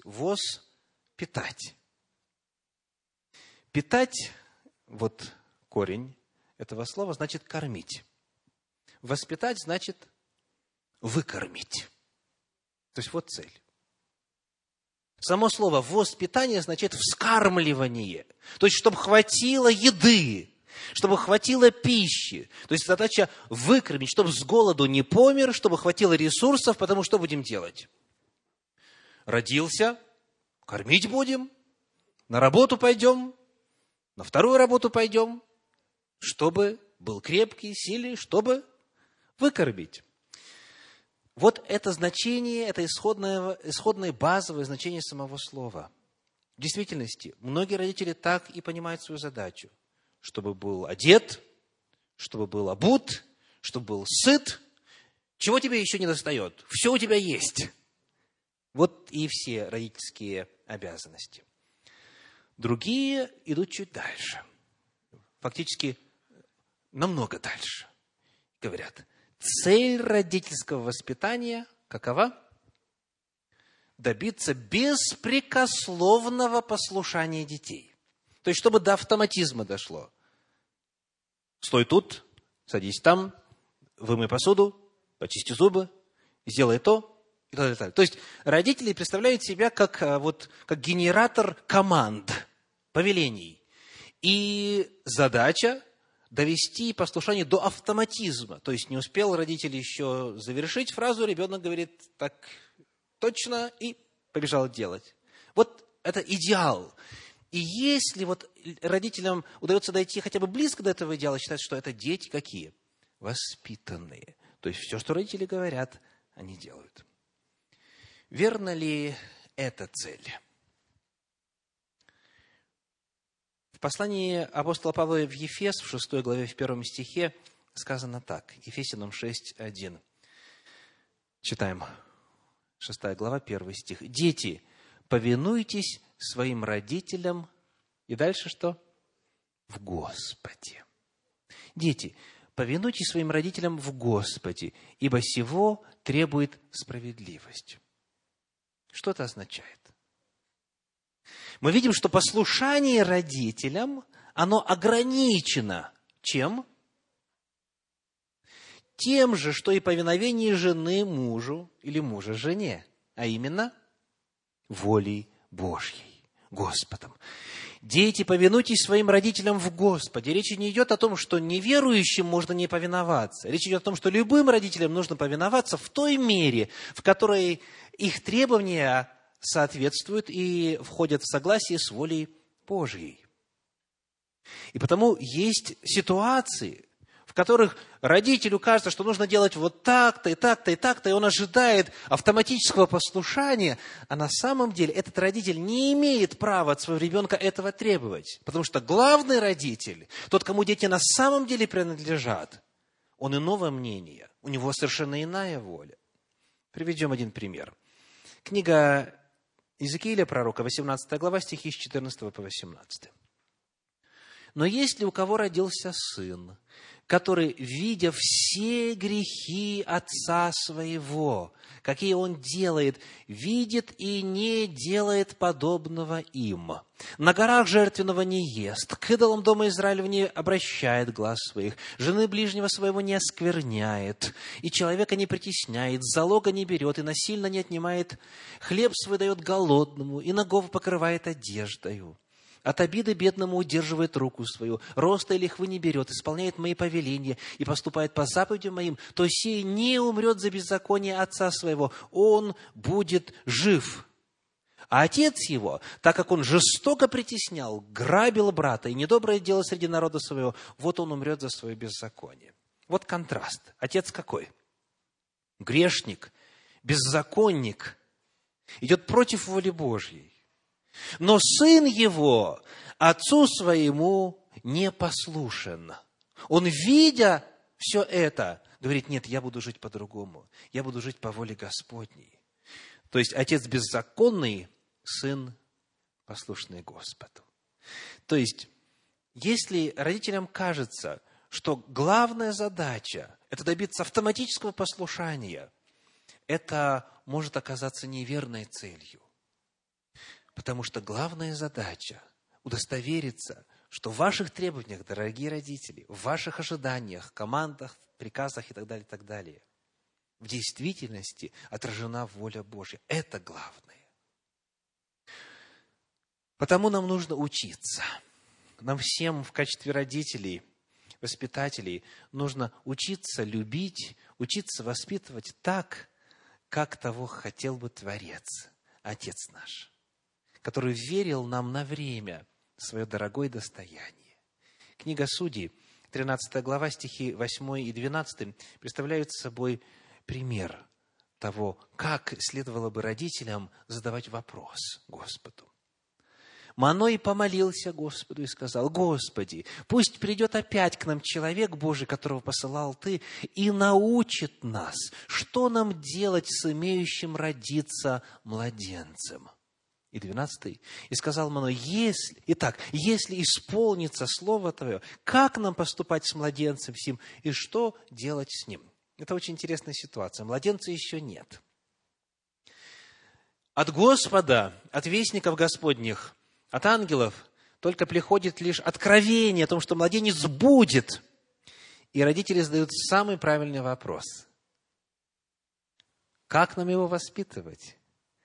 Питать. Питать, вот корень этого слова значит кормить. Воспитать значит выкормить. То есть вот цель. Само слово «воспитание» означает вскармливание. То есть, чтобы хватило еды, чтобы хватило пищи. То есть, задача выкормить, чтобы с голоду не помер, чтобы хватило ресурсов, потому что будем делать? Родился, кормить будем, на работу пойдем, на вторую работу пойдем, чтобы был крепкий, сильный, чтобы выкормить. Вот это значение, это исходное базовое значение самого слова. В действительности, многие родители так и понимают свою задачу. Чтобы был одет, чтобы был обут, чтобы был сыт. Чего тебе еще не достает? Все у тебя есть. Вот и все родительские обязанности. Другие идут чуть дальше. Фактически намного дальше. Говорят, цель родительского воспитания какова? Добиться беспрекословного послушания детей. То есть, чтобы до автоматизма дошло. Стой тут, садись там, вымой посуду, почисти зубы, сделай то, и так далее. То есть, родители представляют себя как генератор команд, повелений. И задача довести послушание до автоматизма. То есть, не успел родитель еще завершить фразу, ребенок говорит так точно и побежал делать. Вот это идеал. И если родителям удается дойти хотя бы близко до этого идеала, считают, что это дети какие? Воспитанные. То есть, все, что родители говорят, они делают. Верна ли эта цель? В послании апостола Павла в Ефес, в 6 главе, в 1 стихе, сказано так. Ефесянам 6:1. Читаем. 6 глава, 1 стих. «Дети, повинуйтесь своим родителям». И дальше что? В Господе. Дети, повинуйтесь своим родителям в Господе, ибо сего требует справедливость. Что это означает? Мы видим, что послушание родителям, оно ограничено чем? Тем же, что и повиновение жены мужу или мужа жене, а именно волей Божьей, Господом. Дети, повинуйтесь своим родителям в Господе. Речь не идет о том, что неверующим можно не повиноваться. Речь идет о том, что любым родителям нужно повиноваться в той мере, в которой их требования соответствуют и входят в согласие с волей Божьей. И потому есть ситуации, в которых родителю кажется, что нужно делать вот так-то, и так-то, и так-то, и он ожидает автоматического послушания, а на самом деле этот родитель не имеет права от своего ребенка этого требовать. Потому что главный родитель, тот, кому дети на самом деле принадлежат, он иного мнения, у него совершенно иная воля. Приведем один пример. Книга Иезекииля, пророка, 18 глава, стихи с 14 по 18. «Но если у кого родился сын, который, видя все грехи отца своего, какие он делает, видит и не делает подобного им, на горах жертвенного не ест, к идолам дома Израилева не обращает глаз своих, жены ближнего своего не оскверняет, и человека не притесняет, залога не берет, и насильно не отнимает, хлеб свой дает голодному, и нагого покрывает одеждою, от обиды бедному удерживает руку свою, роста и лихвы не берет, исполняет мои повеления и поступает по заповедям моим, то сей не умрет за беззаконие отца своего, он будет жив. А отец его, так как он жестоко притеснял, грабил брата и недоброе дело среди народа своего, вот он умрет за свое беззаконие». Вот контраст. Отец какой? Грешник, беззаконник, идет против воли Божьей. Но сын его отцу своему не послушен. Он, видя все это, говорит: нет, я буду жить по-другому. Я буду жить по воле Господней. То есть отец беззаконный, сын послушный Господу. То есть, если родителям кажется, что главная задача – это добиться автоматического послушания, это может оказаться неверной целью. Потому что главная задача – удостовериться, что в ваших требованиях, дорогие родители, в ваших ожиданиях, командах, приказах и так далее, в действительности отражена воля Божья. Это главное. Потому нам нужно учиться. Нам всем в качестве родителей, воспитателей нужно учиться любить, учиться воспитывать так, как того хотел бы Творец, Отец наш, который верил нам на время свое дорогое достояние. Книга Судей, 13 глава, стихи 8 и 12 представляют собой пример того, как следовало бы родителям задавать вопрос Господу. Маной помолился Господу и сказал: «Господи, пусть придет опять к нам человек Божий, которого посылал Ты, и научит нас, что нам делать с имеющим родиться младенцем». И 12. «И сказал Маной: если исполнится слово Твое, как нам поступать с младенцем сим, и что делать с ним?» Это очень интересная ситуация. Младенца еще нет. От Господа, от вестников Господних, от ангелов только приходит лишь откровение о том, что младенец будет. И родители задают самый правильный вопрос. Как нам его воспитывать?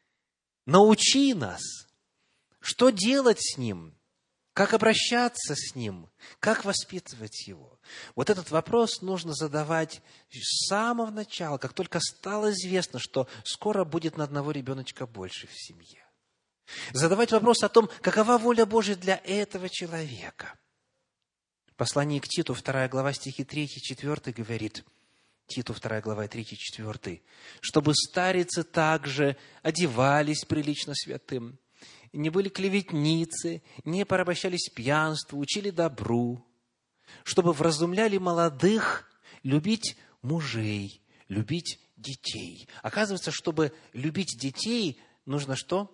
Научи нас, что делать с ним, как обращаться с ним, как воспитывать его. Вот этот вопрос нужно задавать с самого начала, как только стало известно, что скоро будет на одного ребеночка больше в семье. Задавать вопрос о том, какова воля Божья для этого человека. В послании к Титу, 2 глава, стихи 3-4 говорит, Титу, 2 глава, 3-4, «Чтобы старицы также одевались прилично святым, не были клеветницы, не порабощались пьянству, учили добру, чтобы вразумляли молодых любить мужей, любить детей». Оказывается, чтобы любить детей, нужно что?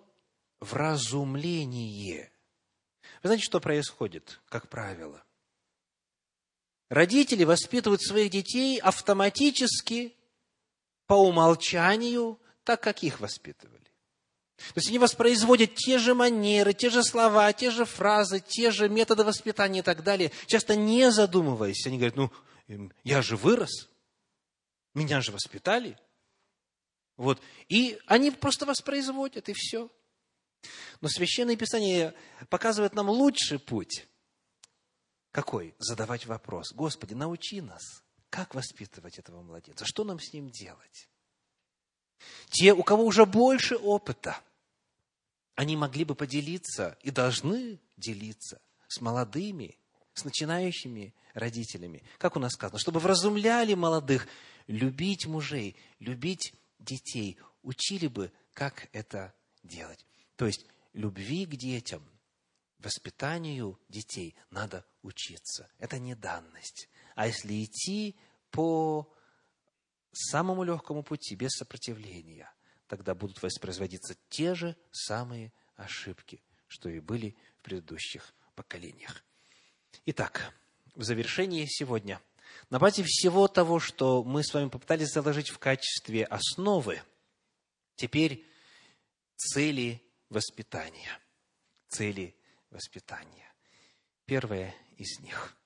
Вразумление. Вы знаете, что происходит, как правило? Родители воспитывают своих детей автоматически, по умолчанию, так, как их воспитывали. То есть они воспроизводят те же манеры, те же слова, те же фразы, те же методы воспитания и так далее, часто не задумываясь. Они говорят: я же вырос, меня же воспитали. Вот. И они просто воспроизводят, и все. Но Священное Писание показывает нам лучший путь. Какой? Задавать вопрос: Господи, научи нас, как воспитывать этого младенца, что нам с ним делать? Те, у кого уже больше опыта, они могли бы поделиться и должны делиться с молодыми, с начинающими родителями. Как у нас сказано, чтобы вразумляли молодых любить мужей, любить детей, учили бы, как это делать. То есть любви к детям, воспитанию детей надо учиться. Это не данность. А если идти по самому легкому пути, без сопротивления, тогда будут воспроизводиться те же самые ошибки, что и были в предыдущих поколениях. Итак, в завершение сегодня, на базе всего того, что мы с вами попытались заложить в качестве основы, теперь цели воспитания. Цели воспитания. Первая из них.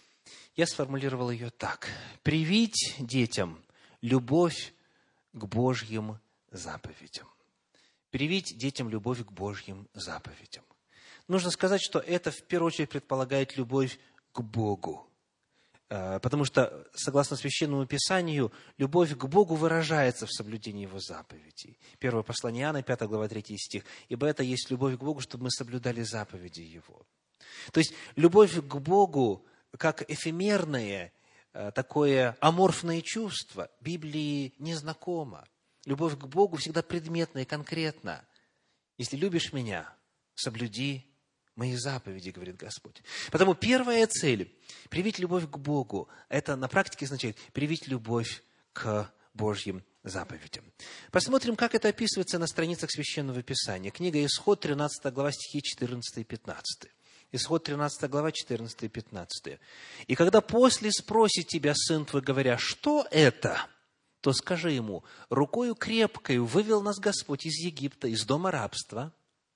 Я сформулировал ее так. Привить детям любовь к Божьим заповедям. Привить детям любовь к Божьим заповедям. Нужно сказать, что это в первую очередь предполагает любовь к Богу. Потому что, согласно Священному Писанию, любовь к Богу выражается в соблюдении Его заповедей. Первое послание Иоанна, 5 глава, 3 стих. «Ибо это есть любовь к Богу, чтобы мы соблюдали заповеди Его». То есть, любовь к Богу, как эфемерное, такое аморфное чувство, Библии не знакомо. Любовь к Богу всегда предметна и конкретна. «Если любишь Меня, соблюди Мои заповеди», говорит Господь. Потому первая цель – привить любовь к Богу. Это на практике означает привить любовь к Божьим заповедям. Посмотрим, как это описывается на страницах Священного Писания. Книга Исход, 13 глава, стихи 14 и 15. Исход, 13 глава, 14 и 15. «И когда после спросит тебя сын твой, говоря: что это? То скажи ему: рукою крепкою вывел нас Господь из Египта, из дома рабства.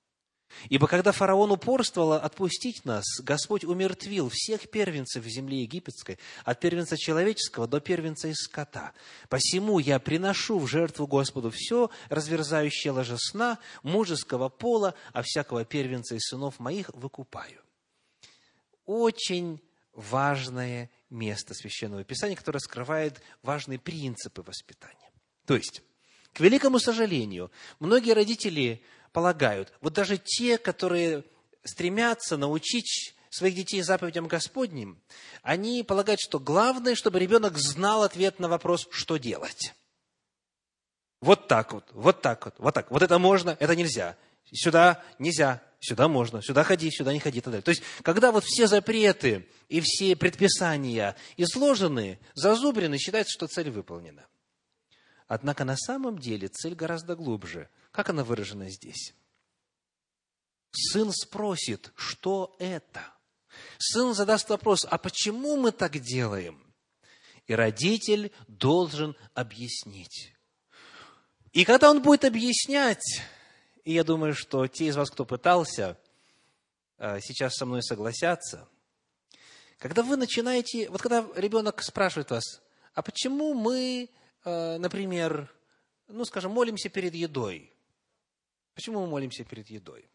Ибо когда фараон упорствовал отпустить нас, Господь умертвил всех первенцев в земле египетской, от первенца человеческого до первенца из скота. Посему я приношу в жертву Господу все разверзающее ложесна мужеского пола, а всякого первенца из сынов моих выкупаю». Очень важное место Священного Писания, которое раскрывает важные принципы воспитания. То есть, к великому сожалению, многие родители полагают, вот даже те, которые стремятся научить своих детей заповедям Господним, они полагают, что главное, чтобы ребенок знал ответ на вопрос, что делать. Вот так вот, вот так вот, вот так. Вот это можно, это нельзя. Сюда нельзя, сюда можно, сюда ходи, сюда не ходи и так далее. То есть, когда вот все запреты и все предписания изложены, зазубрены, считается, что цель выполнена. Однако на самом деле цель гораздо глубже. Как она выражена здесь? Сын спросит, что это? Сын задаст вопрос, а почему мы так делаем? И родитель должен объяснить. И когда он будет объяснять, и я думаю, что те из вас, кто пытался, сейчас со мной согласятся, когда вы начинаете, вот когда ребенок спрашивает вас, а почему мы, например, скажем, молимся перед едой? Почему мы молимся перед едой?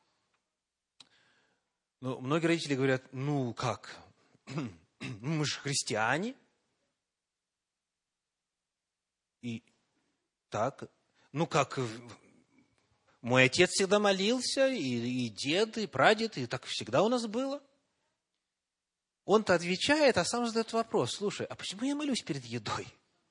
Многие родители говорят, как? Мы же христиане. И так, как? Мой отец всегда молился, и дед, и прадед, и так всегда у нас было. Он-то отвечает, а сам задает вопрос, слушай, а почему я молюсь перед едой?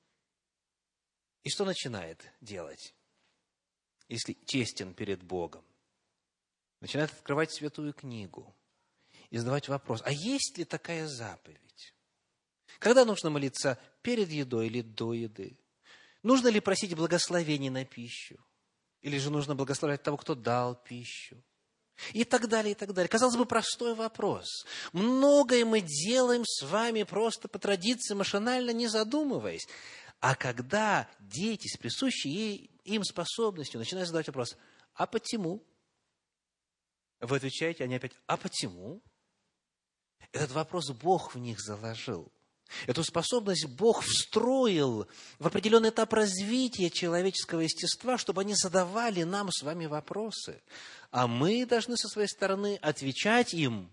И что начинает делать? Если честен перед Богом, начинает открывать Святую Книгу и задавать вопрос, а есть ли такая заповедь? Когда нужно молиться перед едой или до еды? Нужно ли просить благословения на пищу? Или же нужно благословлять того, кто дал пищу? И так далее, и так далее. Казалось бы, простой вопрос. Многое мы делаем с вами просто по традиции, машинально, не задумываясь. А когда дети с присущей им способностью начинают задавать вопрос, а почему? Вы отвечаете, они опять, а почему? Этот вопрос Бог в них заложил. Эту способность Бог встроил в определенный этап развития человеческого естества, чтобы они задавали нам с вами вопросы. А мы должны со своей стороны отвечать им.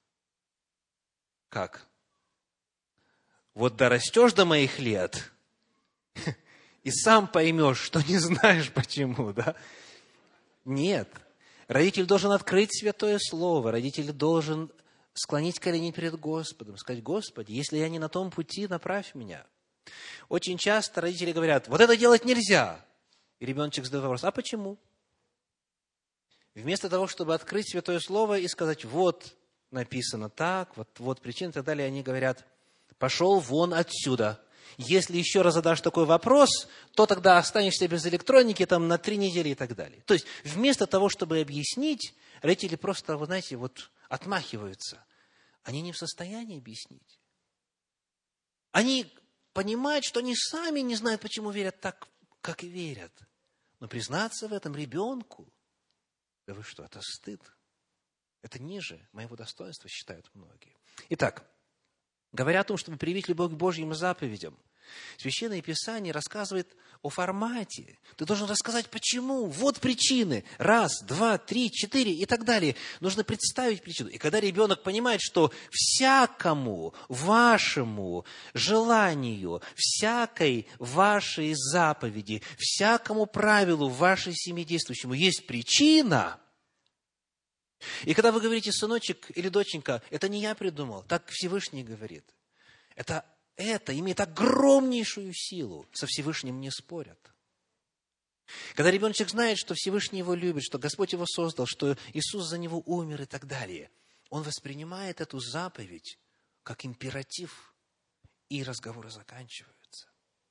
Как? Вот дорастешь до моих лет, и сам поймешь, что не знаешь почему, да? Нет. Родитель должен открыть Святое Слово, родитель должен склонить колени перед Господом, сказать, Господи, если я не на том пути, направь меня. Очень часто родители говорят, вот это делать нельзя. И ребеночек задает вопрос, а почему? Вместо того, чтобы открыть Святое Слово и сказать, вот написано так, вот причина и так далее, они говорят, пошел вон отсюда. Если еще раз задашь такой вопрос, то тогда останешься без электроники на 3 недели и так далее. То есть, вместо того, чтобы объяснить, родители просто, вы знаете, отмахиваются. Они не в состоянии объяснить. Они понимают, что они сами не знают, почему верят так, как и верят. Но признаться в этом ребенку, да вы что, это стыд. Это ниже моего достоинства, считают многие. Итак, говоря о том, чтобы привить любовь к Божьим заповедям, Священное Писание рассказывает о формате. Ты должен рассказать, почему. Вот причины. 1, 2, 3, 4 и так далее. Нужно представить причину. И когда ребенок понимает, что всякому вашему желанию, всякой вашей заповеди, всякому правилу в вашей семье действующему есть причина. И когда вы говорите, сыночек или доченька, это не я придумал, так Всевышний говорит. Это имеет огромнейшую силу. Со Всевышним не спорят. Когда ребеночек знает, что Всевышний его любит, что Господь его создал, что Иисус за него умер и так далее, он воспринимает эту заповедь как императив, и разговоры заканчиваются.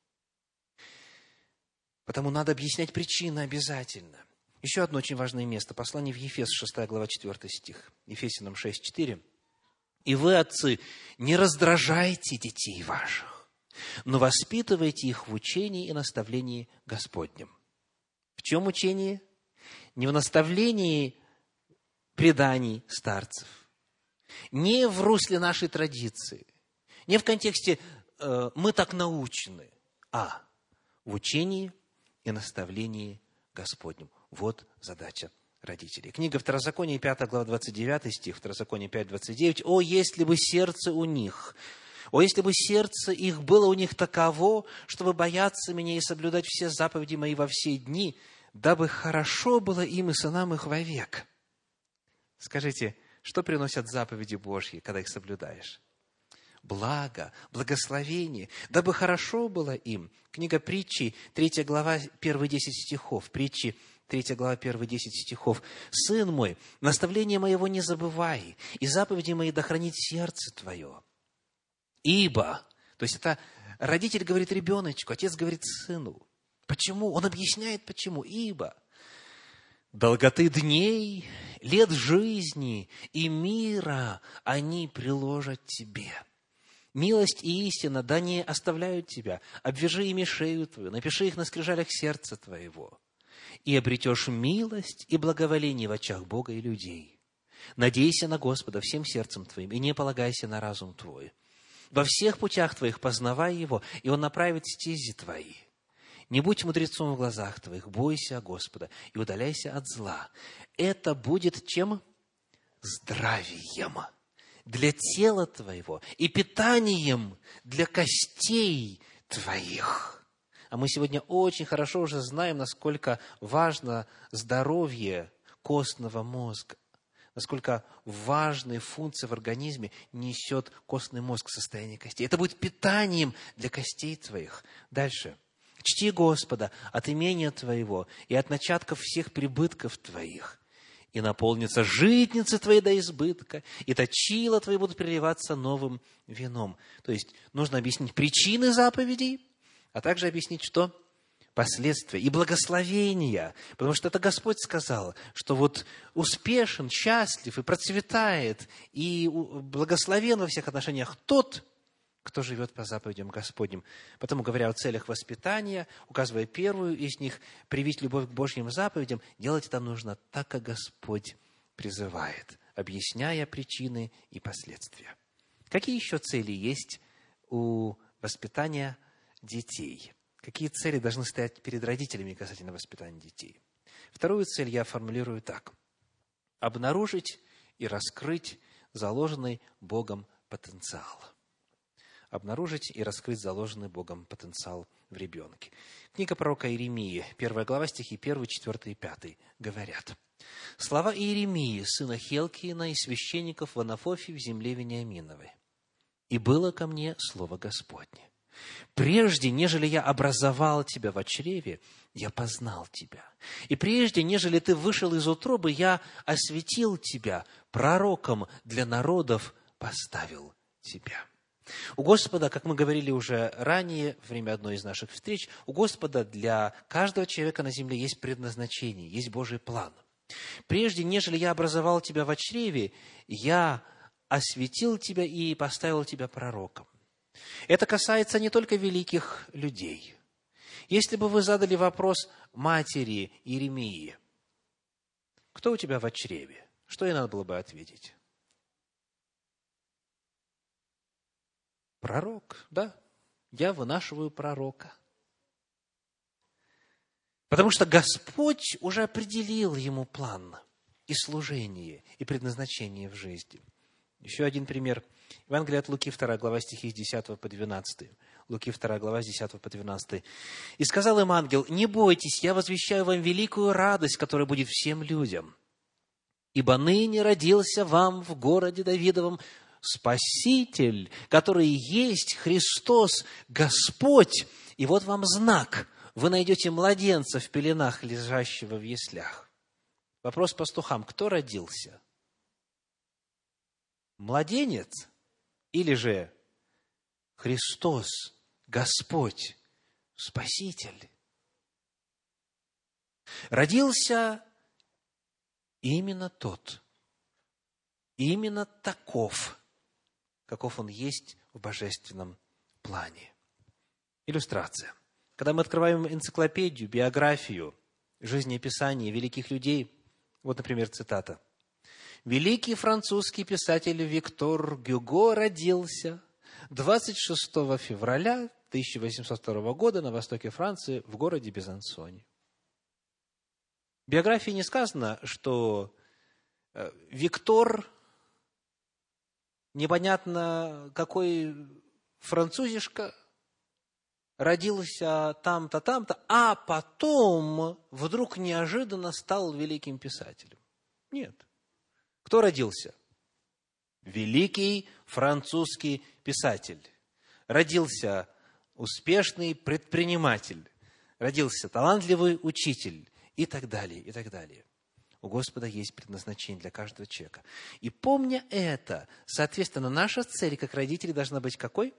Потому надо объяснять причины обязательно. Еще одно очень важное место. Послание в Ефес, 6 глава, 4 стих. Ефесянам 6, 4. «И вы, отцы, не раздражайте детей ваших, но воспитывайте их в учении и наставлении Господнем». В чем учение? Не в наставлении преданий старцев, не в русле нашей традиции, не в контексте «мы так научены», а в учении и наставлении Господнем. Вот задача родителей. Книга Второзакония, 5 глава, 29 стих, Второзаконие 5, 29. «О, если бы сердце у них, о, если бы сердце их было у них таково, чтобы бояться меня и соблюдать все заповеди мои во все дни, дабы хорошо было им и сынам их вовек». Скажите, что приносят заповеди Божьи, когда их соблюдаешь? Благо, благословение, дабы хорошо было им. Книга Притчи, 3 глава, первые 10 стихов. Притчи, 3 глава, первые 10 стихов. «Сын мой, наставление моего не забывай, и заповеди мои да хранит сердце твое. Ибо», то есть это родитель говорит ребеночку, отец говорит сыну. Почему? Он объясняет, почему. «Ибо долготы дней, лет жизни и мира они приложат тебе. Милость и истина да не оставляют тебя. Обвяжи ими шею твою, напиши их на скрижалях сердца твоего. И обретешь милость и благоволение в очах Бога и людей. Надейся на Господа всем сердцем твоим, и не полагайся на разум твой. Во всех путях твоих познавай Его, и Он направит стези твои. Не будь мудрецом в глазах твоих, бойся Господа и удаляйся от зла. Это будет чем? Здравием для тела твоего и питанием для костей твоих». А мы сегодня очень хорошо уже знаем, насколько важно здоровье костного мозга, насколько важные функции в организме несет костный мозг в состоянии костей. Это будет питанием для костей твоих. Дальше. «Чти Господа от имения твоего и от начатков всех прибытков твоих. И наполнятся житницы твои до избытка, и точила твои будут переливаться новым вином». То есть нужно объяснить причины заповедей, а также объяснить, что последствия и благословения. Потому что это Господь сказал, что вот успешен, счастлив и процветает, и благословен во всех отношениях тот, кто живет по заповедям Господним. Потому, говоря о целях воспитания, указывая первую из них, привить любовь к Божьим заповедям, делать это нужно так, как Господь призывает, объясняя причины и последствия. Какие еще цели есть у воспитания детей? Какие цели должны стоять перед родителями касательно воспитания детей? Вторую цель я формулирую так. Обнаружить и раскрыть заложенный Богом потенциал. Обнаружить и раскрыть заложенный Богом потенциал в ребенке. Книга пророка Иеремии, 1 глава, стихи 1, 4 и 5 говорят. «Слова Иеремии, сына Хелкиина, и священников в Анафофе в земле Вениаминовой. И было ко мне слово Господне. Прежде, нежели я образовал тебя во чреве, я познал тебя. И прежде, нежели ты вышел из утробы, я осветил тебя, пророком для народов поставил тебя». У Господа, как мы говорили уже ранее, во время одной из наших встреч, у Господа для каждого человека на земле есть предназначение, есть Божий план. Прежде, нежели я образовал тебя во чреве, я осветил тебя и поставил тебя пророком. Это касается не только великих людей. Если бы вы задали вопрос матери Иеремии, кто у тебя во чреве, что ей надо было бы ответить? Пророк, да, я вынашиваю пророка. Потому что Господь уже определил ему план и служение, и предназначение в жизни. Еще один пример. Евангелие от Луки, 2 глава, стихи с 10 по 12. Луки, 2 глава, с 10 по 12. «И сказал им ангел: не бойтесь, я возвещаю вам великую радость, которая будет всем людям. Ибо ныне родился вам в городе Давидовом Спаситель, который есть Христос, Господь. И вот вам знак. Вы найдете младенца в пеленах, лежащего в яслях». Вопрос пастухам: кто родился? Младенец или же Христос, Господь, Спаситель? Родился именно тот, именно таков, каков он есть в божественном плане. Иллюстрация. Когда мы открываем энциклопедию, биографию, жизнеописание великих людей, вот, например, цитата. Великий французский писатель Виктор Гюго родился 26 февраля 1802 года на востоке Франции в городе Безансоне. В биографии не сказано, что Виктор, непонятно какой французишка, родился там-то, там-то, а потом вдруг неожиданно стал великим писателем. Нет. Кто родился? Великий французский писатель. Родился успешный предприниматель. Родился талантливый учитель. И так далее, и так далее. У Господа есть предназначение для каждого человека. И помня это, соответственно, наша цель как родители должна быть какой?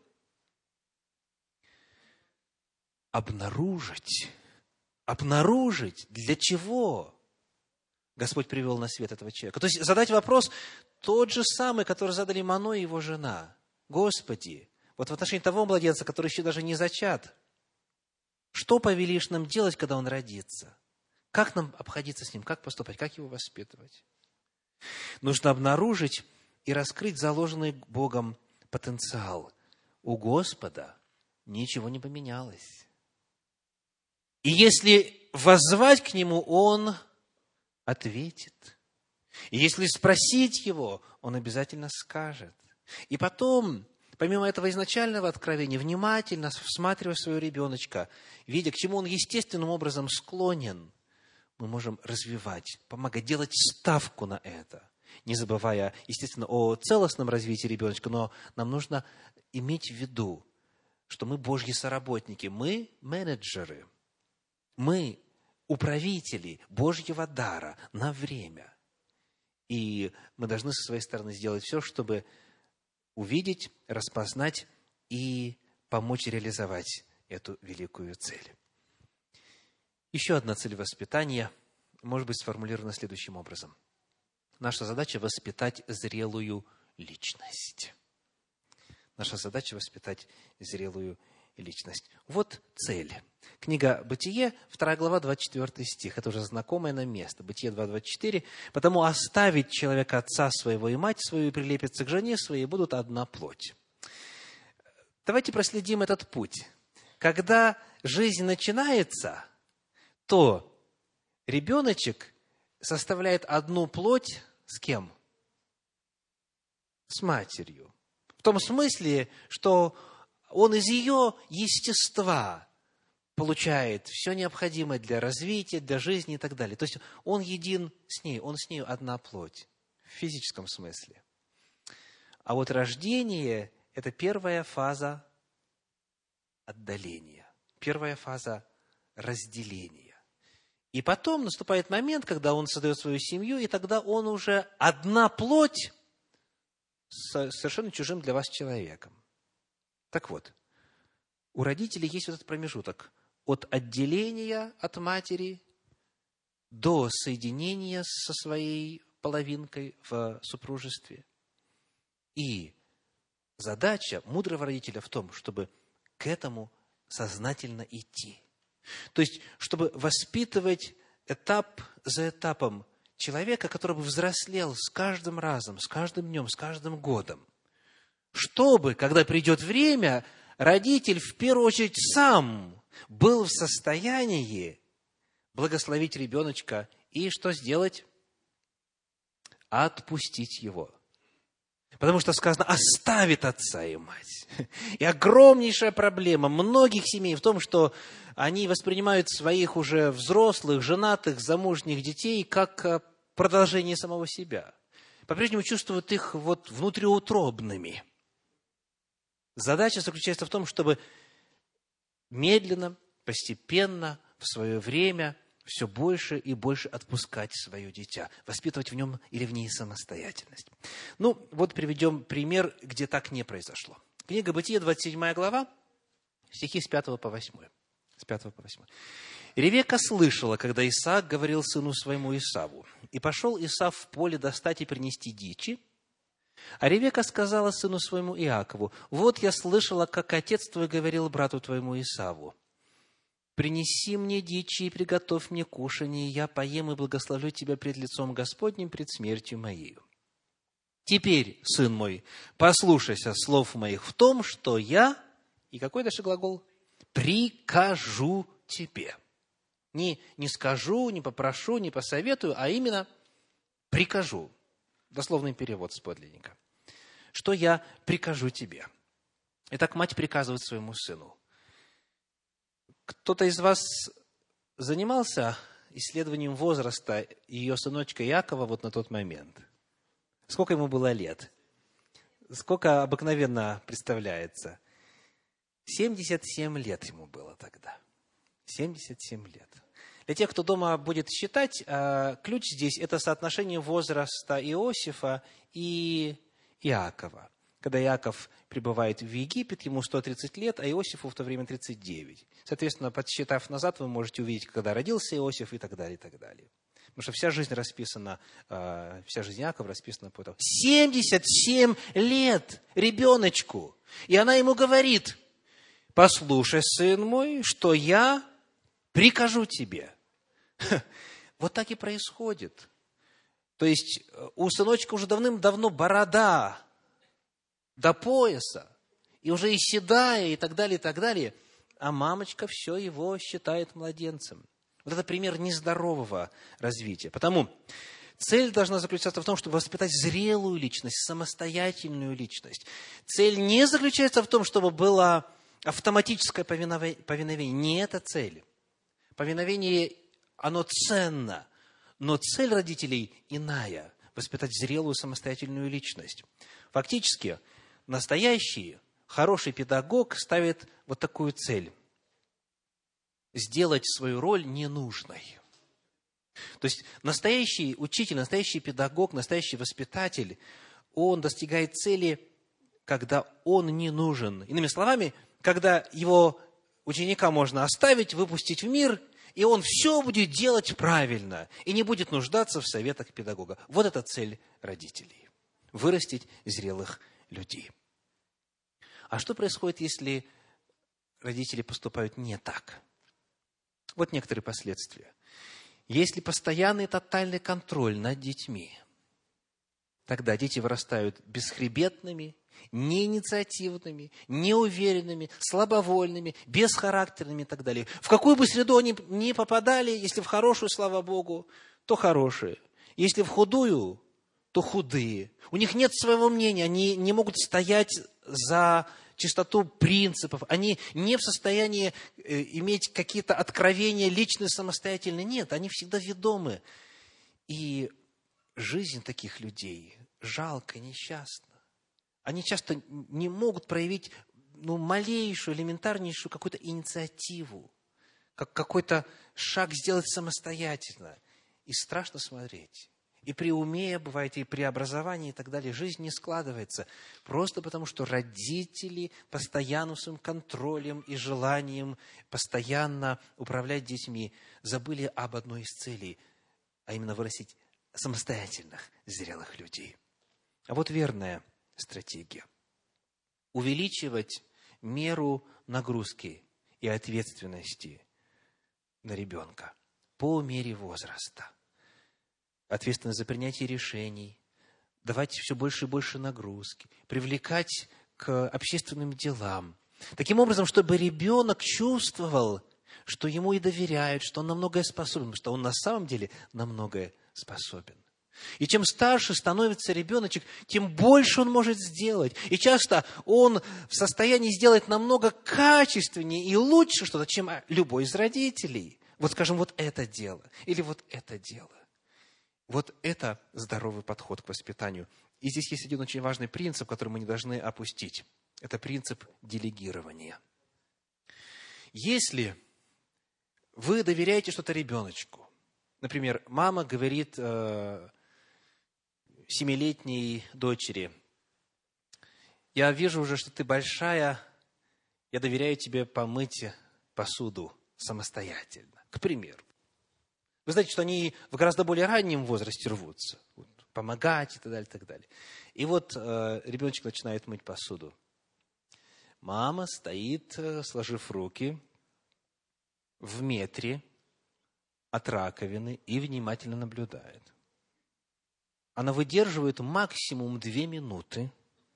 Обнаружить. Обнаружить. Для чего Господь привел на свет этого человека? То есть задать вопрос тот же самый, который задали Мано и его жена. Господи, вот в отношении того младенца, который еще даже не зачат, что повелишь нам делать, когда он родится? Как нам обходиться с ним? Как поступать? Как его воспитывать? Нужно обнаружить и раскрыть заложенный Богом потенциал. У Господа ничего не поменялось. И если воззвать к Нему, Он ответит. И если спросить Его, Он обязательно скажет. И потом, помимо этого изначального откровения, внимательно всматривая своего ребеночка, видя, к чему он естественным образом склонен, мы можем развивать, помогать, делать ставку на это, не забывая, естественно, о целостном развитии ребеночка, но нам нужно иметь в виду, что мы Божьи соработники, мы менеджеры, мы управители Божьего дара на время. И мы должны со своей стороны сделать все, чтобы увидеть, распознать и помочь реализовать эту великую цель. Еще одна цель воспитания может быть сформулирована следующим образом. Наша задача – воспитать зрелую личность. Наша задача – воспитать зрелую личность. Вот цель. Книга «Бытие», 2 глава, 24 стих. Это уже знакомое нам место. Бытие 2:24. «Потому оставить человека отца своего и мать свою, и прилепится к жене своей, и будут одна плоть». Давайте проследим этот путь. Когда жизнь начинается, то ребеночек составляет одну плоть с кем? С матерью. В том смысле, что он из ее естества получает все необходимое для развития, для жизни и так далее. То есть он един с ней, он с нею одна плоть в физическом смысле. А вот рождение – это первая фаза отдаления, первая фаза разделения. И потом наступает момент, когда он создает свою семью, и тогда он уже одна плоть с совершенно чужим для вас человеком. Так вот, у родителей есть вот этот промежуток от отделения от матери до соединения со своей половинкой в супружестве. И задача мудрого родителя в том, чтобы к этому сознательно идти. То есть, чтобы воспитывать этап за этапом человека, который бы взрослел с каждым разом, с каждым днем, с каждым годом. Чтобы, когда придет время, родитель в первую очередь сам был в состоянии благословить ребеночка и что сделать? Отпустить его. Потому что сказано, оставит отца и мать. И огромнейшая проблема многих семей в том, что они воспринимают своих уже взрослых, женатых, замужних детей как продолжение самого себя. По-прежнему чувствуют их вот внутриутробными. Задача заключается в том, чтобы медленно, постепенно, в свое время все больше и больше отпускать свое дитя, воспитывать в нем или в ней самостоятельность. Ну, вот приведем пример, где так не произошло. Книга Бытие, 27 глава, стихи с 5 по 8. С 5 по 8. «Ревекка слышала, когда Исаак говорил сыну своему Исаву, и пошел Исав в поле достать и принести дичи. А Ревекка сказала сыну своему Иакову, вот я слышала, как отец твой говорил брату твоему Исаву, принеси мне дичи и приготовь мне кушанье, и я поем и благословлю тебя пред лицом Господним, пред смертью моею. Теперь, сын мой, послушайся слов моих в том, что я, и какой дальше глагол? Прикажу тебе. Не скажу, не попрошу, не посоветую, а именно прикажу. Дословный перевод с подлинника. Что я прикажу тебе. Итак, мать приказывает своему сыну. Кто-то из вас занимался исследованием возраста ее сыночка Иакова вот на тот момент? Сколько ему было лет? Сколько обыкновенно представляется? 77 лет ему было тогда. 77 лет. Для тех, кто дома будет считать, ключ здесь – это соотношение возраста Иосифа и Иакова. Когда Иаков прибывает в Египет, ему 130 лет, а Иосифу в то время 39. Соответственно, подсчитав назад, вы можете увидеть, когда родился Иосиф и так далее, и так далее. Потому что вся жизнь расписана, вся жизнь Иакова расписана по этому. 77 лет ребеночку! И она ему говорит: послушай, сын мой, что я прикажу тебе. Вот так и происходит. То есть у сыночка уже давным-давно борода до пояса, и уже и седая, и так далее, а мамочка все его считает младенцем. Вот это пример нездорового развития. Потому цель должна заключаться в том, чтобы воспитать зрелую личность, самостоятельную личность. Цель не заключается в том, чтобы было автоматическое повиновение. Не это цель. Повиновение, оно ценно, но цель родителей иная – воспитать зрелую самостоятельную личность. Фактически, настоящий хороший педагог ставит вот такую цель – сделать свою роль ненужной. То есть настоящий учитель, настоящий педагог, настоящий воспитатель, он достигает цели, когда он не нужен. Иными словами, когда его ученика можно оставить, выпустить в мир, и он все будет делать правильно и не будет нуждаться в советах педагога. Вот это цель родителей – вырастить зрелых людей. А что происходит, если родители поступают не так? Вот некоторые последствия. Если постоянный тотальный контроль над детьми, тогда дети вырастают бесхребетными, неинициативными, неуверенными, слабовольными, бесхарактерными и так далее. В какую бы среду они ни попадали, если в хорошую, слава Богу, то хорошие. Если в худую, то худые. У них нет своего мнения, они не могут стоять за чистоту принципов, они не в состоянии иметь какие-то откровения личные, самостоятельные. Нет, они всегда ведомы. И жизнь таких людей жалко, несчастна. Они часто не могут проявить малейшую, элементарнейшую какую-то инициативу, какой-то шаг сделать самостоятельно. И страшно смотреть. И при уме, бывает, и при образовании и так далее, жизнь не складывается. Просто потому, что родители постоянно своим контролем и желанием постоянно управлять детьми забыли об одной из целей, а именно вырастить самостоятельных, зрелых людей. А вот верная стратегия. Увеличивать меру нагрузки и ответственности на ребенка по мере возраста. Ответственность за принятие решений, давать все больше и больше нагрузки, привлекать к общественным делам. Таким образом, чтобы ребенок чувствовал, что ему и доверяют, что он на многое способен, что он на самом деле на многое способен. И чем старше становится ребеночек, тем больше он может сделать. И часто он в состоянии сделать намного качественнее и лучше что-то, чем любой из родителей. Вот скажем, вот это дело или вот это дело. Вот это здоровый подход к воспитанию. И здесь есть один очень важный принцип, который мы не должны опустить. Это принцип делегирования. Если вы доверяете что-то ребеночку, например, мама говорит 7-летней дочери: я вижу уже, что ты большая, я доверяю тебе помыть посуду самостоятельно. К примеру. Вы знаете, что они в гораздо более раннем возрасте рвутся. Помогать и так далее, и так далее. И вот ребеночек начинает мыть посуду. Мама стоит, сложив руки, в метре от раковины и внимательно наблюдает. она выдерживает максимум 2 минуты,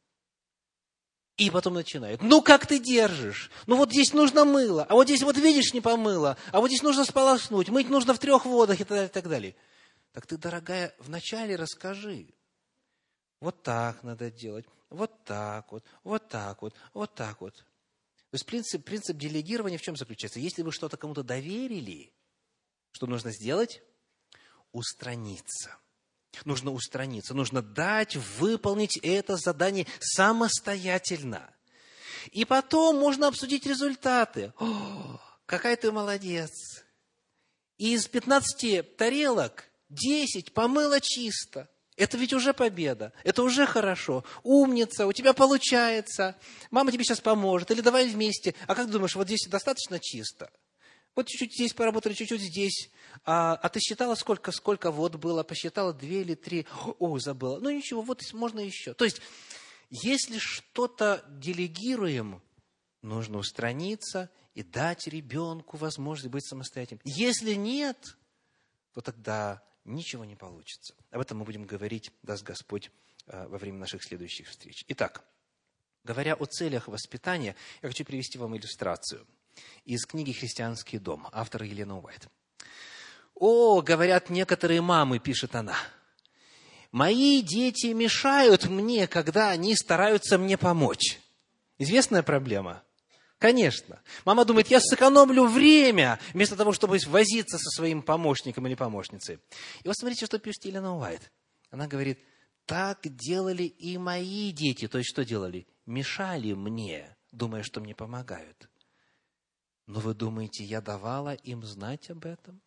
и потом начинает. Ну, как ты держишь? Ну, вот здесь нужно мыло, а вот здесь, вот видишь, не помыло, а вот здесь нужно сполоснуть, мыть нужно в 3 водах и так далее, и так далее. Так ты, дорогая, вначале расскажи. Вот так надо делать, вот так вот, вот так вот, вот так вот. То есть принцип делегирования в чем заключается? Если вы что-то кому-то доверили, что нужно сделать? Устраниться. Нужно устраниться, нужно дать выполнить это задание самостоятельно. И потом можно обсудить результаты. О, какая ты молодец! Из 15 тарелок 10 помыла чисто. Это ведь уже победа, это уже хорошо. Умница, у тебя получается. Мама тебе сейчас поможет. Или давай вместе. А как думаешь, вот здесь достаточно чисто? Вот чуть-чуть здесь поработали, чуть-чуть здесь. А ты считала, сколько вод было? Посчитала 2 или 3. Ой, забыла. Ну ничего, вот можно еще. То есть, если что-то делегируем, нужно устраниться и дать ребенку возможность быть самостоятельным. Если нет, то тогда ничего не получится. Об этом мы будем говорить, даст Господь, во время наших следующих встреч. Итак, говоря о целях воспитания, я хочу привести вам иллюстрацию из книги «Христианский дом», автора Елена Уайт. «О, говорят некоторые мамы, — пишет она, — мои дети мешают мне, когда они стараются мне помочь». Известная проблема? Конечно. Мама думает, я сэкономлю время, вместо того, чтобы возиться со своим помощником или помощницей. И вот смотрите, что пишет Елена Уайт. Она говорит, так делали и мои дети. То есть, что делали? Мешали мне, думая, что мне помогают. Но вы думаете, я давала им знать об этом?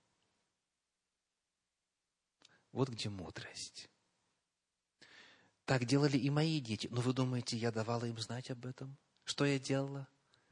Вот где мудрость. Так делали и мои дети. Но вы думаете, я давала им знать об этом? Что я делала?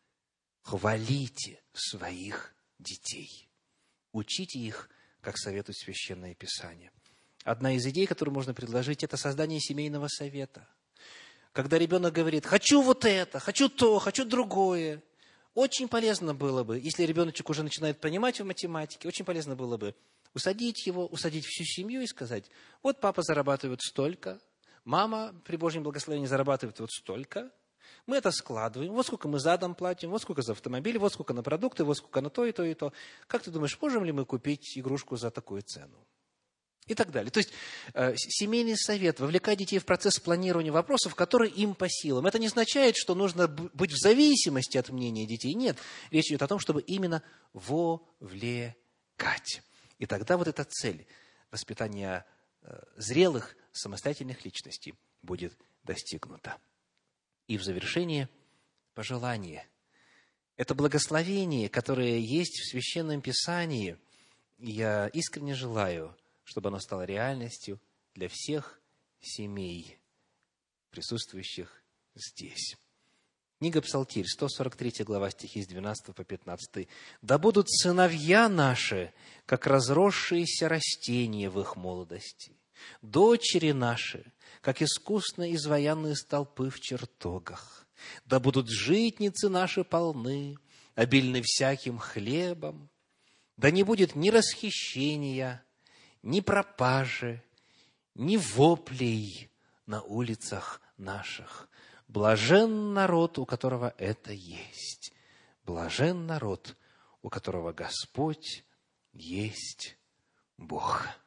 Хвалите своих детей. Учите их, как советует Священное Писание. Одна из идей, которую можно предложить, это создание семейного совета. Когда ребенок говорит, хочу вот это, хочу то, хочу другое. Очень полезно было бы, если ребеночек уже начинает понимать в математике, очень полезно было бы усадить его, усадить всю семью и сказать, вот папа зарабатывает столько, мама при Божьем благословении зарабатывает вот столько, мы это складываем, вот сколько мы за дом платим, вот сколько за автомобиль, вот сколько на продукты, вот сколько на то и то и то. Как ты думаешь, можем ли мы купить игрушку за такую цену? И так далее. То есть, семейный совет, вовлекать детей в процесс планирования вопросов, которые им по силам. Это не означает, что нужно быть в зависимости от мнения детей. Нет, речь идет о том, чтобы именно вовлекать. И тогда вот эта цель воспитания зрелых, самостоятельных личностей будет достигнута. И в завершение пожелание. Это благословение, которое есть в Священном Писании. Я искренне желаю, чтобы оно стало реальностью для всех семей, присутствующих здесь. Книга Псалтирь, 143 глава, стихи с 12 по 15. «Да будут сыновья наши, как разросшиеся растения в их молодости, дочери наши, как искусно изваянные столпы в чертогах. Да будут житницы наши полны, обильны всяким хлебом. Да не будет ни расхищения, ни пропажи, ни воплей на улицах наших. Блажен народ, у которого это есть. Блажен народ, у которого Господь есть Бог».